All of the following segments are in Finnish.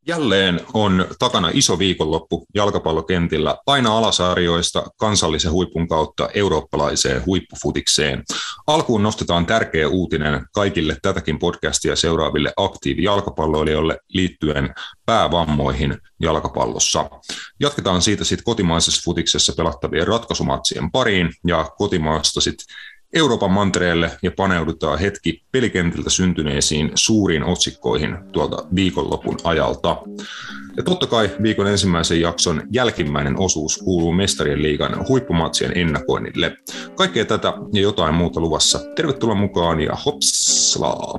Jälleen on takana iso viikonloppu jalkapallokentillä aina alasarjoista kansallisen huipun kautta eurooppalaiseen huippufutikseen. Alkuun nostetaan tärkeä uutinen kaikille tätäkin podcastia seuraaville aktiivijalkapalloilijoille liittyen päävammoihin jalkapallossa. Jatketaan siitä sitten kotimaisessa futiksessa pelattavien ratkaisumatsien pariin ja kotimaasta sitten Euroopan mantereelle ja paneudutaan hetki pelikentiltä syntyneisiin suuriin otsikkoihin tuolta viikonlopun ajalta. Ja totta kai viikon ensimmäisen jakson jälkimmäinen osuus kuuluu Mestarien liigan huippumatsien ennakoinnille. Kaikkea tätä ja jotain muuta luvassa. Tervetuloa mukaan ja hopslaa!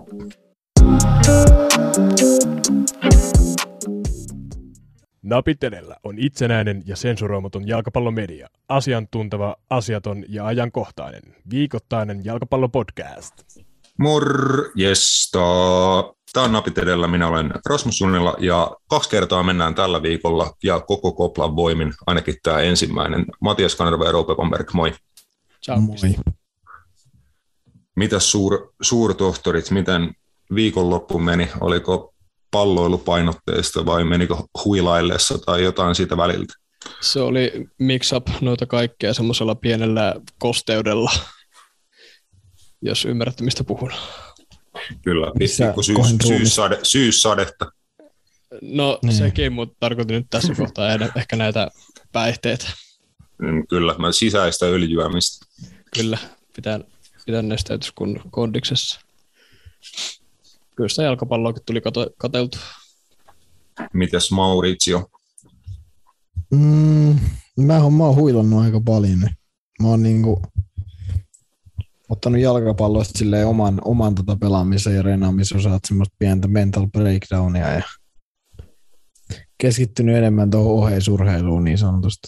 Napit edellä on itsenäinen ja sensuroimaton jalkapallomedia. Asiantunteva, asiaton ja ajankohtainen. Viikoittainen jalkapallopodcast. Morjesta! Tämä on Napit edellä. Minä olen Rasmus Sunnila ja 2 kertaa mennään tällä viikolla ja koko koplan voimin, ainakin tämä ensimmäinen. Matias Kanerva ja Roope Bamberg, moi. Ciao. Moi. Mitäs suurtohtorit, miten viikonloppu meni? Oliko palloilupainotteista vai menikö huilaillessa tai jotain siitä väliltä? Se oli mix-up noita kaikkea semmoisella pienellä kosteudella, jos ymmärrätte mistä puhun. Kyllä, pikku syyssadetta. No niin. Sekin, mutta tarkoitin nyt tässä kohtaa ehkä näitä päihteitä. Kyllä, sisäistä öljyämistä. Kyllä, pitää nesteytys kun kondiksessa. Kyllä sitä jalkapalloakin tuli katseltu. Mites Maurizio? Mä oon huilannut aika paljon. Mä oon ottanut jalkapallosta silleen oman pelaamisen ja reenaamisen osaat semmoista pientä mental breakdownia ja keskittynyt enemmän tuohon oheisurheiluun niin sanotusti.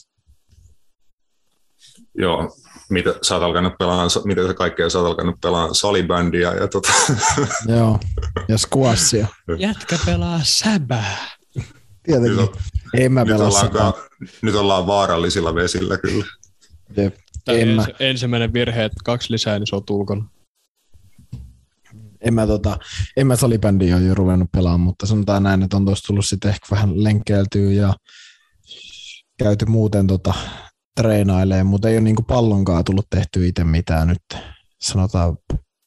Joo, mitä kaikkea sä oot alkanut pelaa salibändiä ja Joo, ja squashia. Jätkä pelaa säbää. Tietenkin. Ei mä pelaa nyt ollaan vaarallisilla vesillä kyllä. Jep. Ensimmäinen virhe, että 2 lisää, niin se on tulkon. En mä salibändiä ole jo ruvennut pelaamaan, mutta sanotaan näin, että on tuossa tullut sitten ehkä vähän lenkkeiltyä ja käyty muuten treenailemaan, mutta ei ole niinku pallonkaan tullut tehty itse mitään nyt. Sanotaan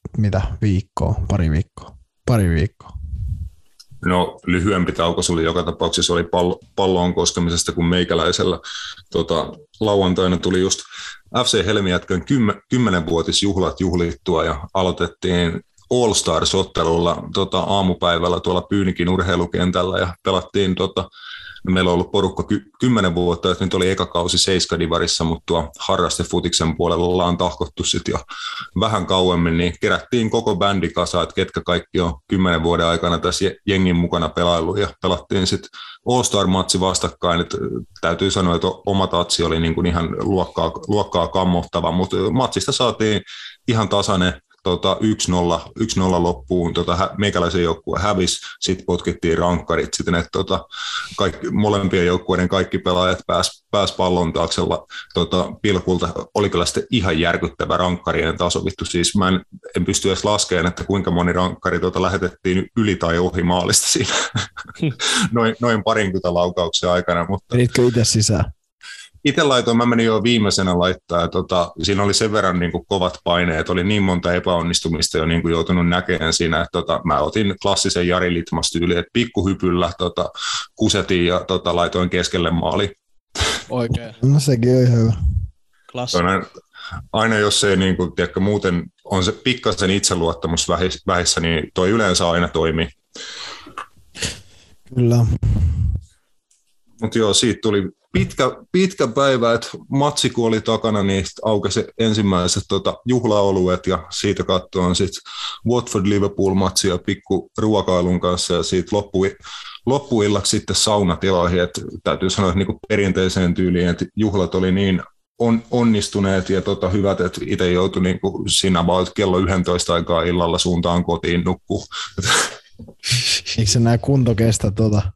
pari viikkoa. No lyhyempi tauko se oli joka tapauksessa, oli palloon koskemisesta, kun meikäläisellä lauantaina tuli just FC Helmi-jätkän 10-vuotisjuhlat juhlittua ja aloitettiin All Stars-ottelulla aamupäivällä tuolla Pyynikin urheilukentällä ja pelattiin meillä on ollut porukka 10 vuotta, että nyt oli eka kausi 7-divarissa, mutta tuo harrastefutiksen puolella ollaan tahkottu sitten jo vähän kauemmin, niin kerättiin koko bändi kasa, että ketkä kaikki on 10 vuoden aikana tässä jengin mukana pelaillut ja pelattiin sitten All-Star-matsi vastakkain, että täytyy sanoa, että oma tatsi oli niin kuin ihan luokkaa kammottava, mutta matsista saatiin ihan tasainen 1-0 loppuun, meikäläisen joukkue hävisi, sitten potkittiin rankkarit, sitten että molempien joukkueiden kaikki pelaajat pääs pallon taaksella pilkulta, oli kyllä sitten ihan järkyttävä rankkarien taso, vittu siis mä en pysty edes laskemaan, että kuinka moni rankkari lähetettiin yli tai ohi maalista siinä, noin 20 laukauksen aikana. Mutta menitkö itse sisään? Itse laitoin, mä menin jo viimeisenä laittaa, ja siinä oli sen verran niin kuin kovat paineet, oli niin monta epäonnistumista jo niin kuin joutunut näkemään siinä, että mä otin klassisen Jari Litmas-tyyliin, että pikkuhypyllä kusetin ja laitoin keskelle maali. Oikein. No sekin on ihan hyvä. Klassi. Aina jos ei niin kuin, tiedätkö, muuten on se pikkasen itseluottamus vähissä, niin toi yleensä aina toimii. Kyllä. Mutta joo, siitä tuli pitkä päivä, että matsi kun oli takana, niin aukesi ensimmäiset juhlaoluet ja siitä katsoin sitten Watford-Liverpool-matsia pikku ruokailun kanssa ja siitä loppuillaksi sitten saunatiloihin, että täytyy sanoa, että niinku perinteiseen tyyliin, että juhlat oli niin onnistuneet ja hyvät, että itse joutui niinku siinä about kello 11 aikaa illalla suuntaan kotiin nukkuu. Eikö se nää kunto kestä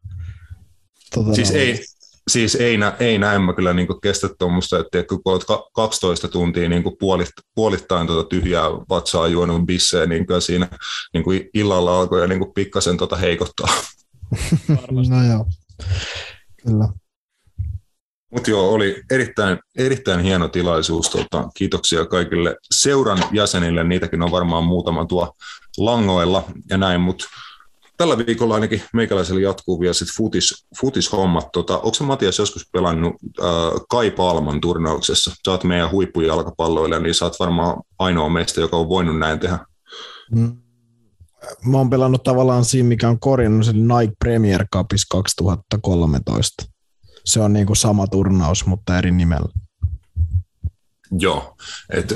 Siis ei näin mä kyllä niinku kestä tuommoista, että kun olet 12 tuntia niinku puolittain tyhjää vatsaa juonut bisseen, niin kyllä siinä niinku illalla alkoi ja niinku pikkasen heikottaa. No joo, kyllä. Mutta joo, oli erittäin hieno tilaisuus. Kiitoksia kaikille seuran jäsenille. Niitäkin on varmaan muutama tuo langoilla ja näin, mutta tällä viikolla ainakin meikäläisellä jatkuu vielä sit futishommat. Onko se Matias joskus pelannut Kai Palman turnauksessa? Sä oot meidän huippujalkapalloilija, niin sä oot varmaan ainoa meistä, joka on voinut näin tehdä. Mä oon pelannut tavallaan siinä, mikä on korjannut sen Nike Premier Cupissa 2013. Se on niinku sama turnaus, mutta eri nimellä. Joo,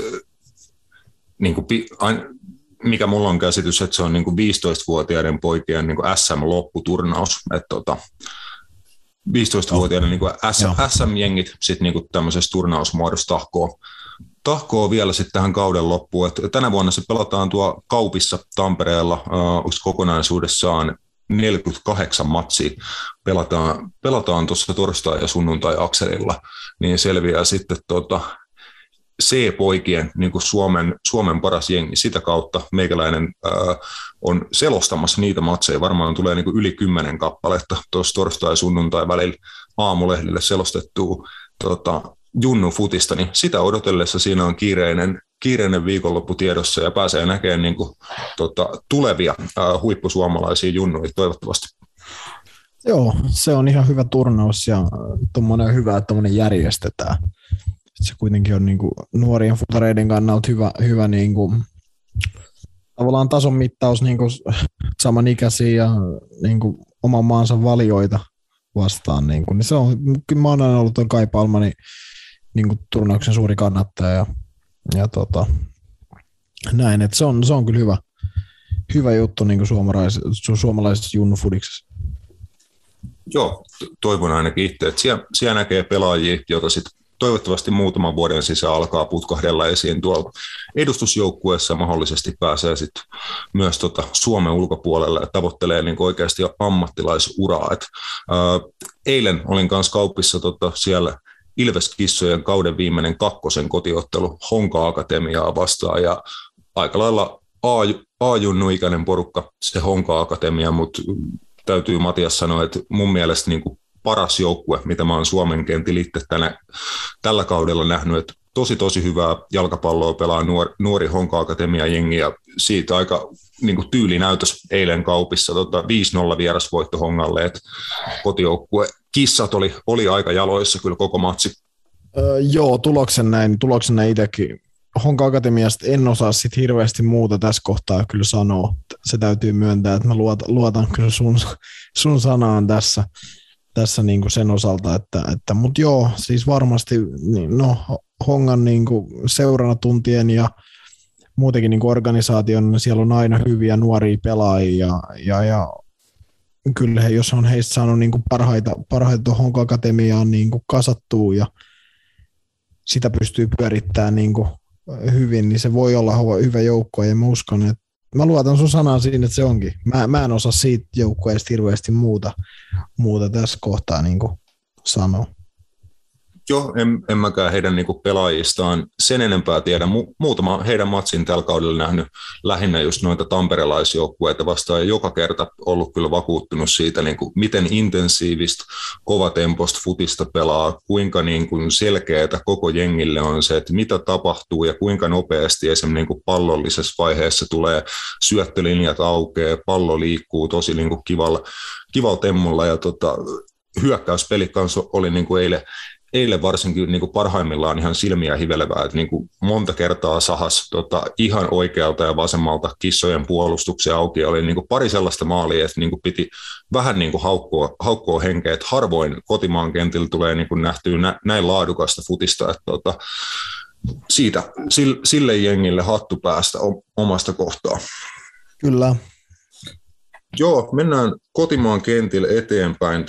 niinku, mikä mulla on käsitys, että se on niinku 15-vuotiaiden poikien niinku SM-lopputurnaus. 15-vuotiaiden niinku SM-jengit sitten niinku tämmöisessä turnausmuodossa tahkoo vielä sitten tähän kauden loppuun. Et tänä vuonna se pelataan tuo Kaupissa Tampereella, onko kokonaisuudessaan 48 matsia pelataan tuossa torstai- ja sunnuntai-akselilla, niin selviää sitten C-poikien niin kuin Suomen paras jengi. Sitä kautta meikäläinen on selostamassa niitä matseja. Varmaan tulee niin kuin yli 10 kappaletta tuossa torstai- ja sunnuntai välillä aamulehdille selostettua Junnu-futista, niin sitä odotellessa siinä on kiireinen viikonloppu tiedossa ja pääsee näkemään niin kuin, tulevia huippusuomalaisia junnuja toivottavasti. Joo, se on ihan hyvä turnaus ja tommoinen hyvä, että tommoinen järjestetään. Se kuitenkin on niin kuin nuorien futareiden kannalta hyvä niin kuin, tavallaan tason mittaus niin kuin samanikäisiä ja niin kuin oman maansa valioita vastaan. Niin kuin, niin se on, kyllä mä oon aina ollut tuon Kai Palmanin niin kuin turnauksen suuri kannattaja ja näin, että se on kyllä hyvä juttu niin kuin suomalaisessa junnufudiksessa. Joo, toivon ainakin itse, että siellä näkee pelaajia, joita sitten toivottavasti muutaman vuoden sisään alkaa putkahdella esiin tuolla edustusjoukkueessa ja mahdollisesti pääsee sitten myös Suomen ulkopuolelle ja tavoittelee niin oikeasti ammattilaisuraa. Eilen olin kanssa Kaupissa siellä Ilves-kissojen kauden viimeinen 2. kotiottelu Honka Akatemiaa vastaan ja aika lailla A-junnu-ikäinen porukka se Honka Akatemia, mutta täytyy Matias sanoa, että mun mielestä niin kuin paras joukkue, mitä mä oon Suomen kentillä itse tällä kaudella nähnyt, että tosi hyvää jalkapalloa pelaa nuori Honka Akatemia jengi ja siitä aika niin kuin tyylinäytös eilen Kaupissa 5-0 vierasvoitto Hongalle, että kotijoukkue kissat oli aika jaloissa kyllä koko matsi. Joo, tuloksen näin itsekin. Honka Akatemiasta en osaa sit hirveästi muuta tässä kohtaa kyllä sanoa. Se täytyy myöntää, että mä luotan kyllä sun sanaan tässä niin kuin sen osalta, että mutta joo, siis varmasti no, Hongan niin kuin seurana tuntien ja muutenkin niin kuin organisaation, siellä on aina hyviä nuoria pelaajia ja kyllä jos on heistä saanut niin kuin parhaita Honka Akatemiaan niin kuin kasattua ja sitä pystyy pyörittämään niin kuin hyvin, niin se voi olla hyvä joukko ja mä uskon, että mä luotan sun sanaan siinä, että se onkin. Mä en osaa siitä joukkueesta hirveästi muuta tässä kohtaa niin kuin sanoa. Joo, en mäkään heidän niin kuin pelaajistaan sen enempää tiedä. Muutama heidän matsin tällä kaudella nähnyt lähinnä just noita tamperelaisjoukkueita vastaan ja joka kerta ollut kyllä vakuuttunut siitä, niin kuin miten intensiivistä, kovatempoista futista pelaa, kuinka niin kuin selkeätä koko jengille on se, että mitä tapahtuu ja kuinka nopeasti esimerkiksi niin kuin pallollisessa vaiheessa tulee syöttölinjat aukeaa, pallo liikkuu tosi niin kuin kivalla temmolla ja hyökkäyspeli kanssa oli niin kuin eilen varsinkin niin kuin parhaimmillaan ihan silmiä hivelevää, että niin kuin monta kertaa sahas ihan oikealta ja vasemmalta kissojen puolustuksia auki. Oli niin kuin pari sellaista maalia, että niin kuin piti vähän niin kuin haukkoa henkeä, että harvoin kotimaan kentillä tulee niin kuin nähtyä näin laadukasta futista, että sille jengille hattu päästä omasta kohtaa. Kyllä. Joo, mennään kotimaan kentille eteenpäin.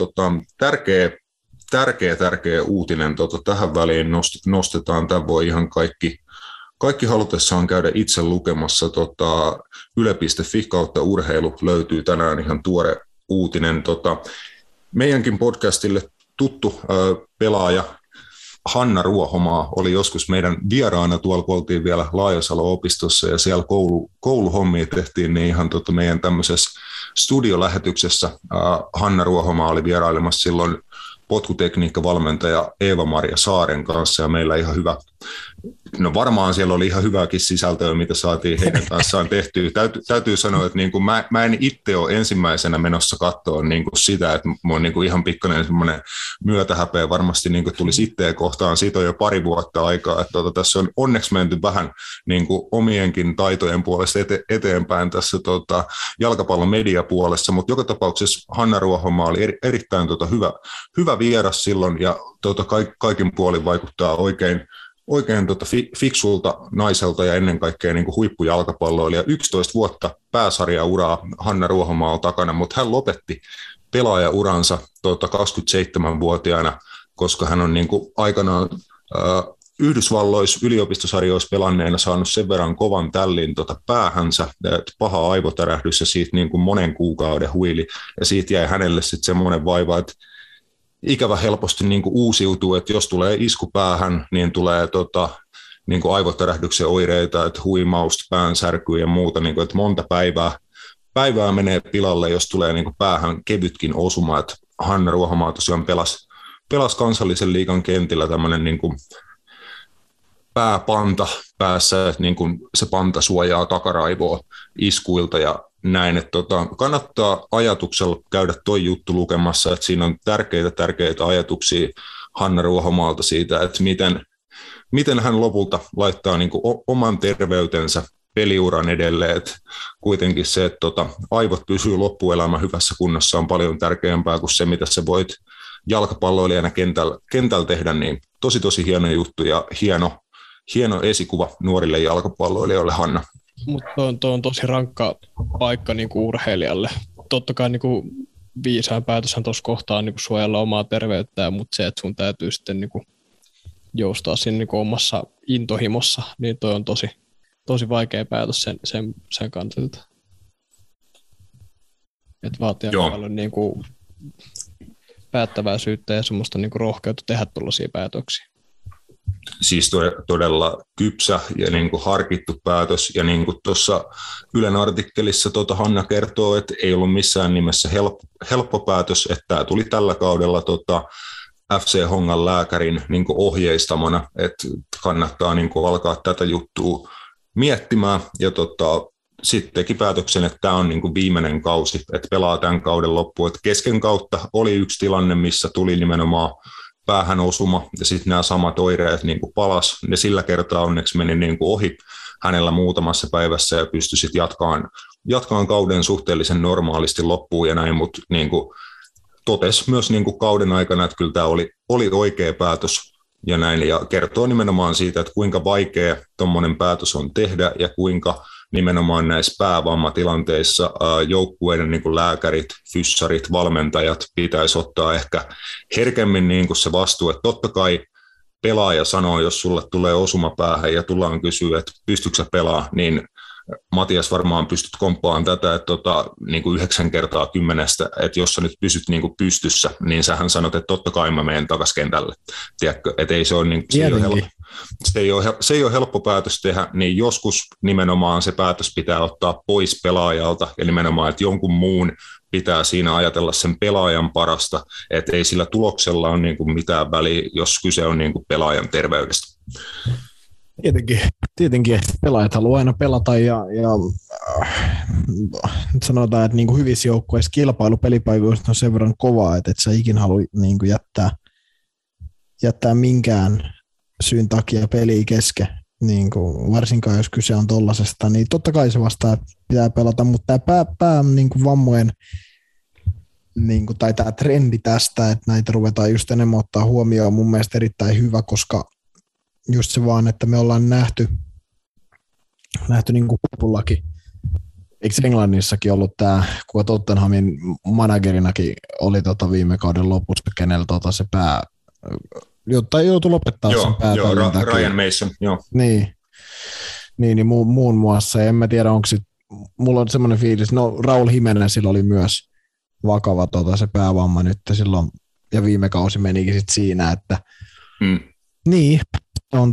Tärkeä uutinen tähän väliin nostetaan. Tämä voi ihan kaikki halutessaan käydä itse lukemassa. Yle.fi kautta urheilu löytyy tänään ihan tuore uutinen. Meidänkin podcastille tuttu pelaaja, Hanna Ruohomaa oli joskus meidän vieraana tuolla, kun oltiin vielä Laajasalo-opistossa ja siellä kouluhommia tehtiin, niin ihan meidän tämmöisessä studiolähetyksessä Hanna Ruohomaa oli vierailemassa silloin potkutekniikkavalmentaja Eeva-Maria Saaren kanssa ja meillä ihan hyvä, no varmaan siellä oli ihan hyvääkin sisältöä, mitä saatiin heidän kanssaan tehtyä. Täytyy sanoa, että niin kuin mä en itse ole ensimmäisenä menossa katsoa niin kuin sitä, että mä oon niin kuin ihan pikkainen semmoinen myötähäpeä varmasti niin kuin tulisi itseä kohtaan. Siitä on jo pari vuotta aikaa, että tässä on onneksi menty vähän niin kuin omienkin taitojen puolesta eteenpäin tässä jalkapallon mediapuolessa, mutta joka tapauksessa Hanna Ruohomaa oli erittäin hyvä vieras silloin ja kaikin puolin vaikuttaa oikein fiksulta naiselta ja ennen kaikkea niin kuin huippujalkapalloilija. 11 vuotta pääsarjauraa Hanna Ruohomaa on takana, mutta hän lopetti pelaajauransa 27-vuotiaana, koska hän on niin kuin aikanaan Yhdysvalloissa yliopistosarjoissa pelanneena saanut sen verran kovan tällin päähänsä, paha aivotärähdys ja siitä niin kuin monen kuukauden huili. Ja siitä jäi hänelle sitten semmoinen vaiva, että ikävä helposti niin kuin uusiutuu, että jos tulee isku päähän, niin tulee niin kuin aivotärähdyksen oireita, että huimausta, päänsärkyä ja muuta, niin kuin, että monta päivää menee pilalle, jos tulee niin kuin päähän kevytkin osuma. Että Hanna Ruohomaa tosiaan pelasi kansallisen liigan kentillä tämmöinen niin kuin pääpanta päässä, että niin kuin se panta suojaa takaraivoa iskuilta ja näin, että kannattaa ajatuksella käydä toi juttu lukemassa, että siinä on tärkeitä ajatuksia Hanna Ruohomaalta siitä, että miten hän lopulta laittaa niin kuin oman terveytensä peliuran edelleen, että kuitenkin se, että aivot pysyy loppuelämä hyvässä kunnossa on paljon tärkeämpää kuin se, mitä sä voit jalkapalloilijana kentällä tehdä, niin tosi hieno juttu ja hieno esikuva nuorille jalkapalloilijoille, Hanna. Mutta tuo on tosi rankka paikka niinku urheilijalle. Totta kai niinku viisaan päätöshän tuossa kohtaa niinku suojella omaa terveyttään, mutta se, että sun täytyy sitten niinku joustaa siinä niinku omassa intohimossa, niin toi on tosi vaikea päätös sen kantilta. Että vaatii paljon niinku päättäväisyyttä ja semmoista niinku rohkeutta tehdä tuollaisia päätöksiä. Siis todella kypsä ja niin kuin harkittu päätös. Ja niin kuin tuossa Ylen artikkelissa Hanna kertoo, että ei ollut missään nimessä helppo päätös, että tämä tuli tällä kaudella FC Hongan lääkärin niin kuin ohjeistamana, että kannattaa niin kuin alkaa tätä juttua miettimään. Ja sitten teki päätöksen, että tämä on niin kuin viimeinen kausi, että pelaa tämän kauden loppuun. Että kesken kautta oli yksi tilanne, missä tuli nimenomaan päähän osuma ja sitten nämä samat oireet niin kuin palas. Ne sillä kertaa onneksi meni niin kuin ohi hänellä muutamassa päivässä ja pystyi sitten jatkaan kauden suhteellisen normaalisti loppuun ja näin, mutta niin kuin totesi myös niin kuin kauden aikana, että kyllä tämä oli oikea päätös ja näin ja kertoo nimenomaan siitä, että kuinka vaikea tuommoinen päätös on tehdä ja kuinka nimenomaan näissä päävammatilanteissa joukkueiden niin kuin lääkärit, fyssarit, valmentajat pitäisi ottaa ehkä herkemmin niin kuin se vastuu, että totta kai pelaaja sanoo, jos sulle tulee osuma päähän ja tullaan kysyä, että pystytkö sä pelaamaan, niin Matias varmaan pystyt komppaamaan tätä, että niin kuin 9 kertaa 10, että jos sä nyt pysyt niin kuin pystyssä, niin sähän sanot, että totta kai mä menen takaisin kentälle. Tiedätkö, että ei se ole niin, se ei ole helppo päätös tehdä, niin joskus nimenomaan se päätös pitää ottaa pois pelaajalta ja nimenomaan, että jonkun muun pitää siinä ajatella sen pelaajan parasta, että ei sillä tuloksella ole niin kuin mitään väliä, jos kyse on niin kuin pelaajan terveydestä. Tietenkin pelaajat haluaa aina pelata ja sanotaan, että niin kuin hyvissä joukkueissa kilpailu pelipaikoista on sen verran kovaa, että et sä ikin halua niin kuin jättää minkään syyn takia peliä kesken, niin kuin varsinkaan jos kyse on tollasesta, niin totta kai se vastaa pitää pelata, mutta tämä pää niin kuin vammojen niin kuin, tai tämä trendi tästä, että näitä ruvetaan just enemmän ottaa huomioon, on mun mielestä erittäin hyvä, koska just se vaan, että me ollaan nähty niin kuin huipullakin. Eikö Englannissakin ollut tämä, kun Tottenhamin managerinakin oli viime kauden lopussa, kenellä se pää, jotta joutui lopettaa sen päätallin takia. Ryan Mason, joo. Niin muun muassa. En mä tiedä, onko mulla on semmoinen fiilis, Raul Jimenezillä oli myös vakava se päävamma nyt silloin, ja viime kausi menikin sitten siinä, että Niin, on,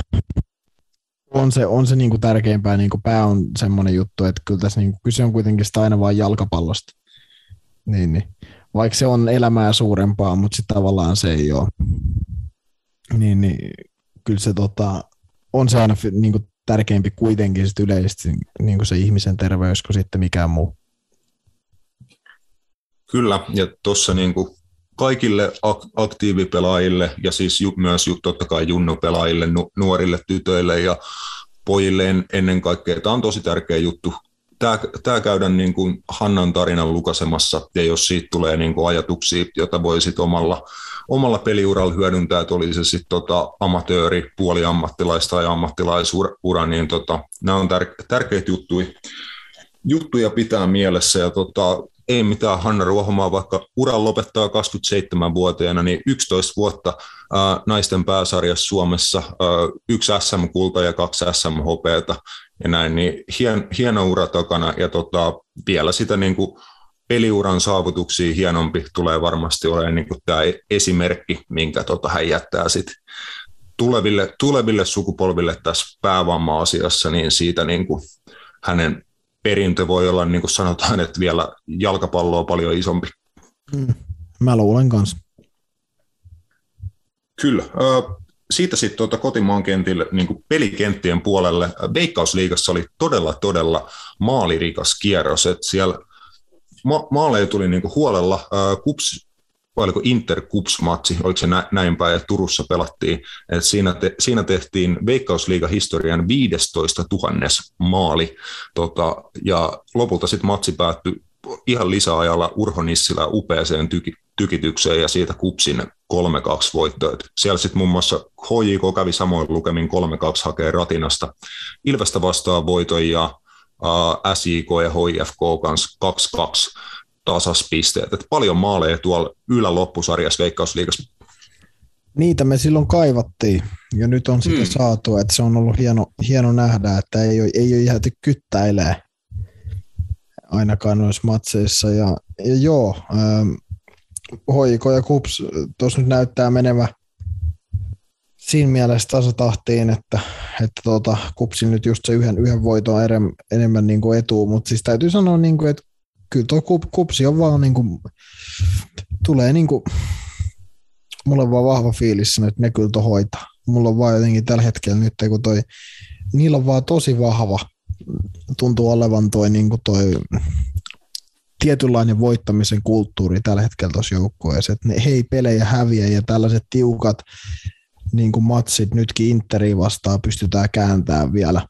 on se niinku tärkeimpää, niinku pää on semmoinen juttu, että kyllä tässä niinku kyse on kuitenkin sitä aina vain jalkapallosta. Niin. Vaikka se on elämää suurempaa, mutta sitten tavallaan se ei ole. Niin, kyllä se on se aina niinku tärkeämpi kuitenkin sit yleisesti niinku se ihmisen terveys kuin sitten mikään muu. Kyllä, ja tuossa niinku kaikille aktiivipelaajille ja siis myös totta kai junnupelaajille, nuorille tytöille ja pojille ennen kaikkea. Tämä on tosi tärkeä juttu. Tämä käydään niin kuin Hannan tarinan lukaisemassa, ja jos siitä tulee niin kuin ajatuksia, joita voi sit omalla peliuralla hyödyntää, että oli se sitten amatööri, puoliammattilais tai ammattilaisura, niin nämä on tärkeitä juttuja pitää mielessä. Ja ei mitään Hanna Ruohomaa, vaikka uran lopettaa 27-vuotiaana, niin 11 vuotta naisten pääsarjassa Suomessa, 1 SM-kulta ja 2 SM-hopeata ja näin, niin hieno ura takana ja vielä sitä niin kuin peliuran saavutuksia hienompi tulee varmasti olemaan niin kuin tämä esimerkki, minkä hän jättää sitten tuleville sukupolville tässä päävamma-asiassa, niin siitä niin kuin hänen perintö voi olla, niin kuin sanotaan, että vielä jalkapalloa paljon isompi. Mä luulen kanssa. Kyllä. Siitä sitten kotimaan kentille, niin kuin pelikenttien puolelle, Veikkausliigassa oli todella maalirikas kierros, että siellä maaleja tuli niin kuin huolella. Vai oliko Inter-Kups-matsi, oliko se näin päin, että Turussa pelattiin, että siinä tehtiin Veikkausliiga-historian 15 000 maali, ja lopulta sitten matsi päättyi ihan lisäajalla Urho Nissilä upeaseen tykitykseen ja siitä Kupsin 3-2 voitto. Siellä sitten muun muassa HJK kävi samoin lukemin 3-2 hakee Ratinasta Ilvestä vastaan voiton ja SJK ja HIFK kanssa 2-2 tasaspisteet. Että paljon maaleja tuolla yläloppusarjassa Veikkausliigassa. Niitä me silloin kaivattiin ja nyt on sitä saatu, että se on ollut hieno nähdä, että ei ole jääty kyttäilemään ainakaan noissa matseissa. Ja joo, HJK ja KuPS tuossa nyt näyttää menevä siinä mielessä tasatahtiin, että KuPSin nyt just se yhden voiton enemmän niin kuin etu, mutta siis täytyy sanoa, niin kuin, että kyllä tuo KuPS on vaan niin kuin, tulee niin kuin, mulla on vaan vahva fiilis, että ne kyllä tuon hoitaa. Mulla on vaan jotenkin tällä hetkellä nyt, kun niillä on vaan tosi vahva, tuntuu olevan niin kuin toi tietynlainen voittamisen kulttuuri tällä hetkellä tuossa joukkueessa, että he ei pelejä häviä ja tällaiset tiukat niin kuin matsit nytkin Interiä vastaan pystytään kääntämään vielä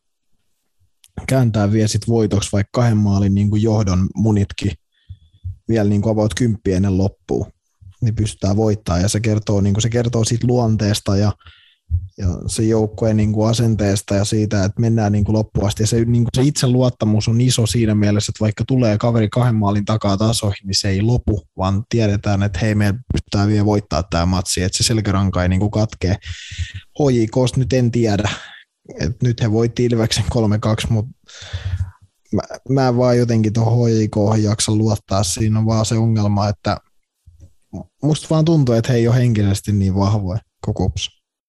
sit voitoksi, vaikka 2 maalin niin kuin johdon munitkin vielä niin kuin about 10 ennen loppuun, niin pystytään voittamaan ja se kertoo siitä luonteesta ja se joukkueen niin kuin asenteesta ja siitä, että mennään niin kuin loppuun asti. Ja se, niin kuin se itseluottamus on iso siinä mielessä, että vaikka tulee kaveri 2 maalin takaa tasoihin, niin se ei lopu, vaan tiedetään, että hei, me pystytään vielä voittaa tämä matsi, että se selkäranka ei niin kuin katkee. HJK:sta nyt en tiedä, että nyt he voitti Ilveksen 3-2, mutta mä en vaan jotenkin tuohon HJK:hon jaksa luottaa. Siinä on vaan se ongelma, että musta vaan tuntuu, että he ei ole henkisesti niin vahvoja koko KuPS.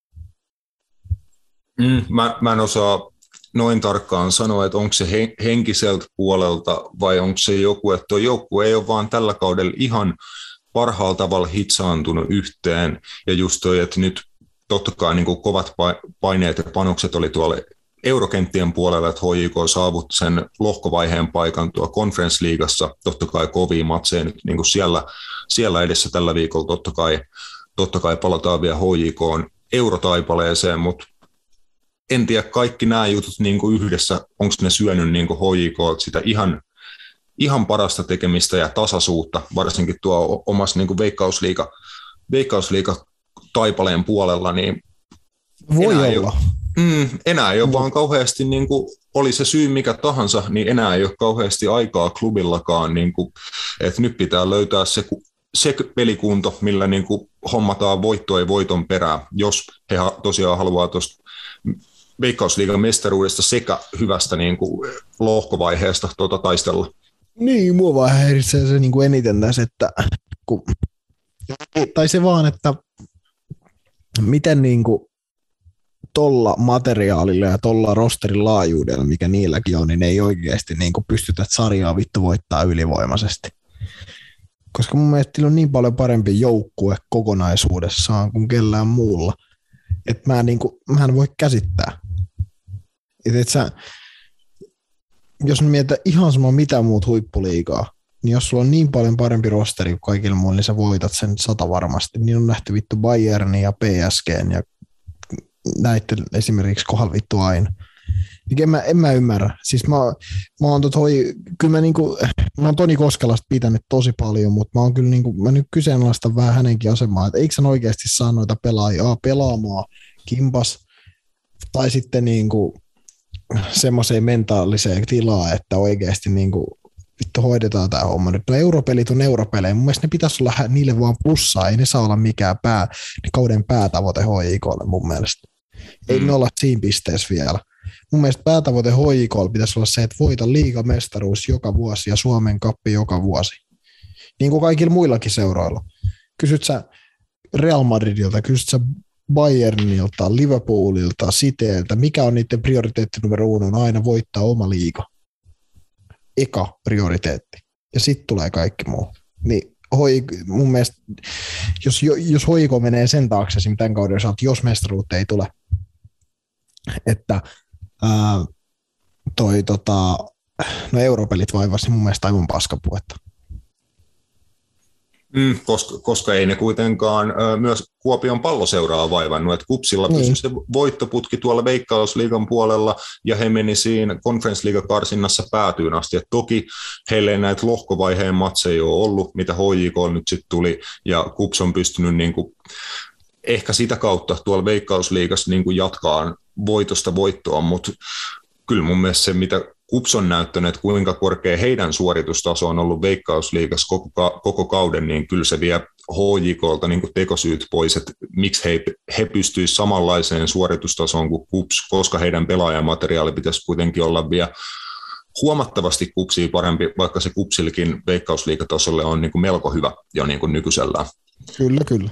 Mä en osaa noin tarkkaan sanoa, että onko se henkiseltä puolelta vai onko se joku, että tuo joukkue ei ole vaan tällä kaudella ihan parhaalla tavalla hitsaantunut yhteen. Ja just toi, että nyt totta kai niin kuin kovat paineet ja panokset oli tuolla eurokenttien puolella, että HJK saavutti sen lohkovaiheen paikan tuo Conference-liigassa. Totta kai kovia matseja nyt niin kuin siellä edessä tällä viikolla. Totta kai palataan vielä HJK:n eurotaipaleeseen, mutta en tiedä kaikki nämä jutut niin kuin yhdessä, onko ne syönyt niin kuin HJK:lta sitä ihan parasta tekemistä ja tasaisuutta, varsinkin tuo omassa niin kuin Veikkausliiga taipaleen puolella, niin voi olla. Enää ei ole vaan kauheasti, niin kuin, oli se syy mikä tahansa, niin enää ei ole kauheasti aikaa klubillakaan, niin kuin, että nyt pitää löytää se pelikunto, millä niin kuin hommataan voittoa voiton perään, jos he tosiaan haluaa tuosta Veikkausliigan mestaruudesta sekä hyvästä niin kuin lohkovaiheesta taistella. Niin, mua vaan häiritsee se niin kuin eniten tässä, että tai se vaan, että miten niin kuin tolla materiaalilla ja tolla rosterin laajuudella, mikä niilläkin on, niin ei oikeasti niin kuin pystytä sarjaa vittu voittaa ylivoimaisesti. Koska mun mielestä on niin paljon parempi joukkue kokonaisuudessaan kuin kellään muulla, että mä en voi käsittää. Jos mietitään ihan sama mitä muut huippuliigaa, niin jos sulla on niin paljon parempi rosteri kuin kaikilla muilla, niin sä voitat sen 100 varmasti. Niin on nähty vittu Bayernin ja PSGn ja näitten esimerkiksi kohdalla vittu aina. En mä ymmärrä. Siis mä oon Toni Koskelasta pitänyt tosi paljon, mutta mä oon kyllä mä nyt kyseenalaistan vähän hänenkin asemaa, että eikö hän oikeasti saa noita pelaajia pelaamaan kimpas tai sitten semmoiseen mentaaliseen tilaan, että oikeasti vittu hoidetaan tämä homma nyt. No europelit on europelejä. Mun mielestä ne pitäisi olla niille vaan plussaa. Ei ne saa olla mikään kauden päätavoite HJK:lle mun mielestä. Ei me olla siinä pisteessä vielä. Mun mielestä päätavoite HJK:lle pitäisi olla se, että voita liigamestaruus joka vuosi ja Suomen kappi joka vuosi. Niin kuin kaikilla muillakin seuroilla. Kysyt sä Real Madridilta, kysyt sä Bayernilta, Liverpoolilta, Cityiltä, mikä on niiden prioriteetti numero 1, on aina voittaa oma liiga. Eka prioriteetti. Ja sitten tulee kaikki muu. Niin mun mielestä, jos HJK menee sen taakse, esimerkiksi tämän kauden osalta, jos mestaruutta ei tule, että europelit vaivasi mun mielestä aivan paskapuhetta. Koska ei ne kuitenkaan myös Kuopion Palloseuraa vaivannut, että KuPSilla pysyi se voittoputki tuolla Veikkausliigan puolella ja he meni siinä Conference-liiga-karsinnassa päätyyn asti. Et toki heille ei näitä lohkovaiheen matseja ole ollut, mitä HJK nyt sitten tuli ja KuPS on pystynyt ehkä sitä kautta tuolla Veikkausliigassa jatkaa voitosta voittoon, mutta kyllä mun mielestä se, mitä KuPS on näyttänyt, kuinka korkea heidän suoritustaso on ollut Veikkausliigassa koko kauden, niin kyllä se vie HJK:lta tekosyyt pois, että miksi he pystyisivät samanlaiseen suoritustasoon kuin KuPS, koska heidän pelaajamateriaali pitäisi kuitenkin olla vielä huomattavasti KuPSia parempi, vaikka se KuPSillakin Veikkausliigatasolle on melko hyvä jo nykyisellään. Kyllä.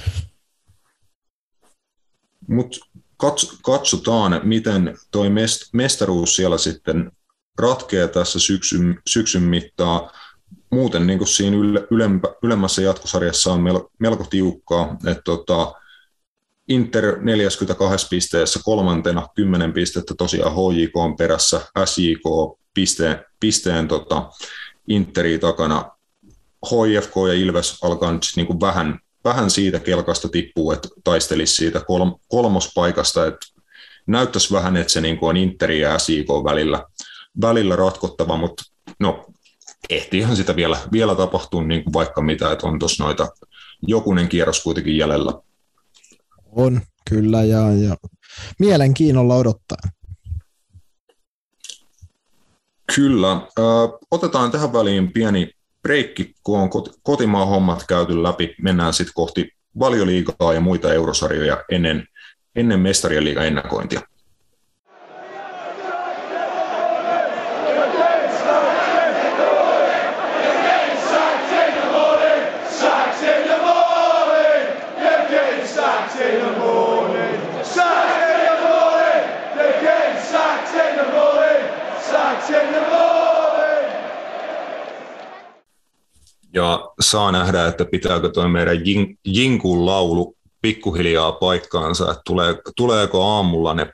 Mutta katsotaan, miten toi mestaruus siellä sitten ratkeaa tässä syksyn mittaan. Muuten siinä ylemmässä jatkosarjassa on melko tiukkaa, että Inter 42 pisteessä kolmantena 10 pistettä tosiaan HJK on perässä, SJK pisteen Interia takana. HIFK ja Ilves alkaa nyt vähän siitä kelkasta tippuu, että taistelisi siitä kolmospaikasta, että näyttäisi vähän, että se on Interi ja SJK välillä ratkottava, mutta no ehtiihän sitä vielä tapahtuu vaikka mitä, että on tuossa noita jokunen kierros kuitenkin jäljellä. On, kyllä, ja mielenkiinnolla odottaa. Kyllä. Otetaan tähän väliin pieni breikki, kun on kotimaan hommat käyty läpi. Mennään sitten kohti Valioliigaa ja muita eurosarjoja ennen Mestarien liigan ennakointia. Ja saa nähdä, että pitääkö tuo meidän Jinkun laulu pikkuhiljaa paikkaansa, että tuleeko aamulla ne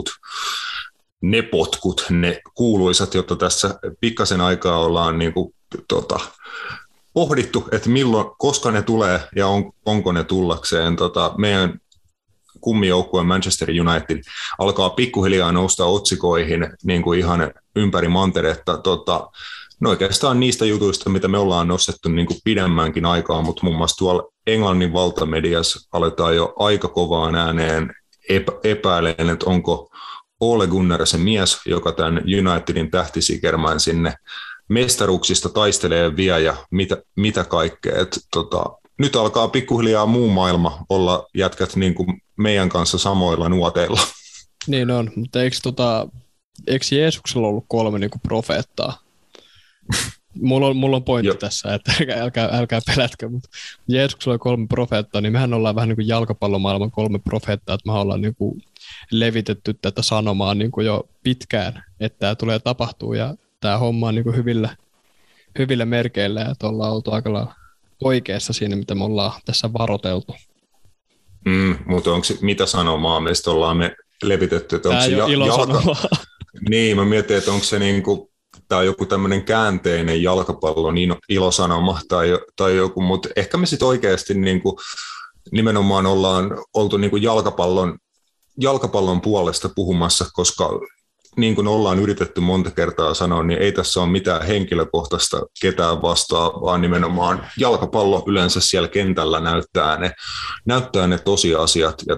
kuuluisat, jotta tässä pikkasen aikaa ollaan pohdittu, että koska ne tulee ja onko ne tullakseen. Meidän kummijoukkue Manchester United alkaa pikkuhiljaa nousta otsikoihin ihan ympäri manteretta. No oikeastaan niistä jutuista, mitä me ollaan nostettu pidemmänkin aikaa, mutta muun muassa tuolla Englannin valtamediassa aletaan jo aika kovaan ääneen epäilemään, että onko Ole Gunnar se mies, joka tämän Unitedin tähtisikermään sinne mestaruuksista taistelee vie ja mitä kaikkea. Nyt alkaa pikkuhiljaa muu maailma olla jätkät meidän kanssa samoilla nuoteilla. Niin on, mutta eikö Jeesuksella ollut 3 profeettaa? Mulla on pointti tässä, että älkää pelätkö, mutta Jeesuksella oli 3 profeettaa, niin mehän ollaan vähän niin kuin jalkapallomaailman 3 profeettaa, että me ollaan niin kuin levitetty tätä sanomaa niin kuin jo pitkään, että tämä tulee tapahtua ja tämä homma on niin kuin hyvillä merkeillä ja että ollaan oltu aika lailla oikeassa siinä, mitä me ollaan tässä varoteltu. Mutta onko se, mitä sanomaa meistä ollaan me levitetty? Että tämä ei ole ilosanomaa. Niin, mä mietin, että onko se niinku, tämä on joku tämmöinen käänteinen jalkapallon ilosanoma tai joku, mutta ehkä me sitten oikeasti niinku, nimenomaan ollaan oltu niinku jalkapallon puolesta puhumassa, koska niin kuin ollaan yritetty monta kertaa sanoa, niin ei tässä ole mitään henkilökohtaista ketään vastaan, vaan nimenomaan jalkapallo yleensä siellä kentällä näyttää ne tosiasiat. Ja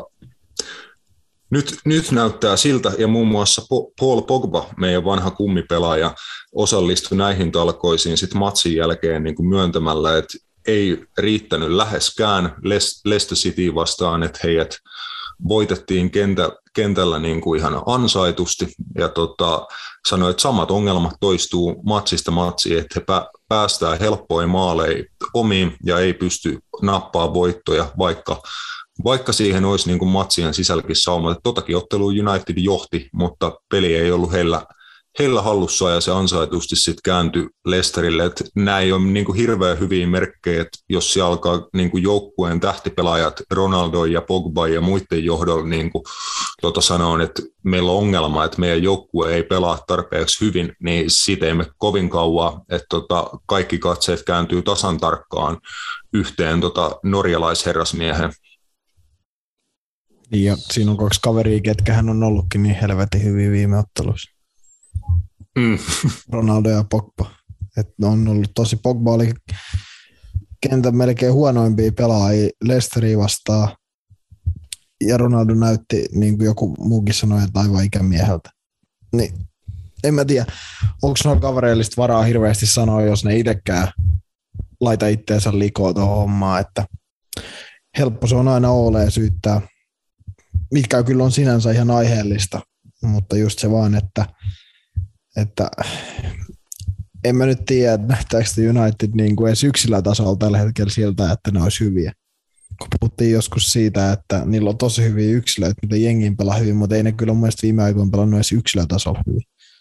nyt näyttää siltä, ja muun muassa Paul Pogba, meidän vanha kummipelaaja, osallistui näihin talkoisiin sit matsin jälkeen niin kuin myöntämällä, että ei riittänyt läheskään Leicester City vastaan, että heidät voitettiin kentällä niin kuin ihan ansaitusti, ja sanoi, että samat ongelmat toistuu matsista matsiin, että he päästään helppoja maaleja omiin ja ei pysty nappaamaan voittoja, vaikka siihen olisi niin kuin matsien sisälläkin saumat. Totakin ottelua United johti, mutta peli ei ollut heillä hallussa ja se ansaitusti sitten kääntyi Leicesterille. Että nämä ei ole niin kuin hirveän hyviä merkkejä, että jos se alkaa niin kuin joukkueen tähtipelaajat Ronaldo ja Pogba ja muiden johdolla niin kuin sanoa, että meillä on ongelma, että meidän joukkue ei pelaa tarpeeksi hyvin, niin siitä ei me kovin kauan, että kaikki katseet kääntyy tasan tarkkaan yhteen norjalaisherrasmiehen. Ja siinä on 2 kaveria, ketkä hän on ollutkin niin helvetin hyviä viime otteluissa. Ronaldo ja Pogba. Et on ollut tosi, Pogba oli kentän melkein huonoimpia pelaajia Leicesteria vastaan. Ja Ronaldo näytti, niin kuin joku muukin sanoi, että aivan ikämieheltä. Niin, en mä tiedä, onko noilla kavereillista varaa hirveästi sanoa, jos ne itsekään laita itteensä likoon tuohon hommaan, että helppo se on aina Ooleen syyttää, mitkä kyllä on sinänsä ihan aiheellista, mutta just se vaan, että en mä nyt tiedä, että näyttääkö United niin kuin edes yksilötasolla tällä hetkellä siltä, että ne olisi hyviä. Kun puhuttiin joskus siitä, että niillä on tosi hyviä yksilöitä, mitä jengiin pelaa hyvin, mutta ei ne kyllä mun mielestä viime aikoina pelannut edes yksilötasolla hyvin.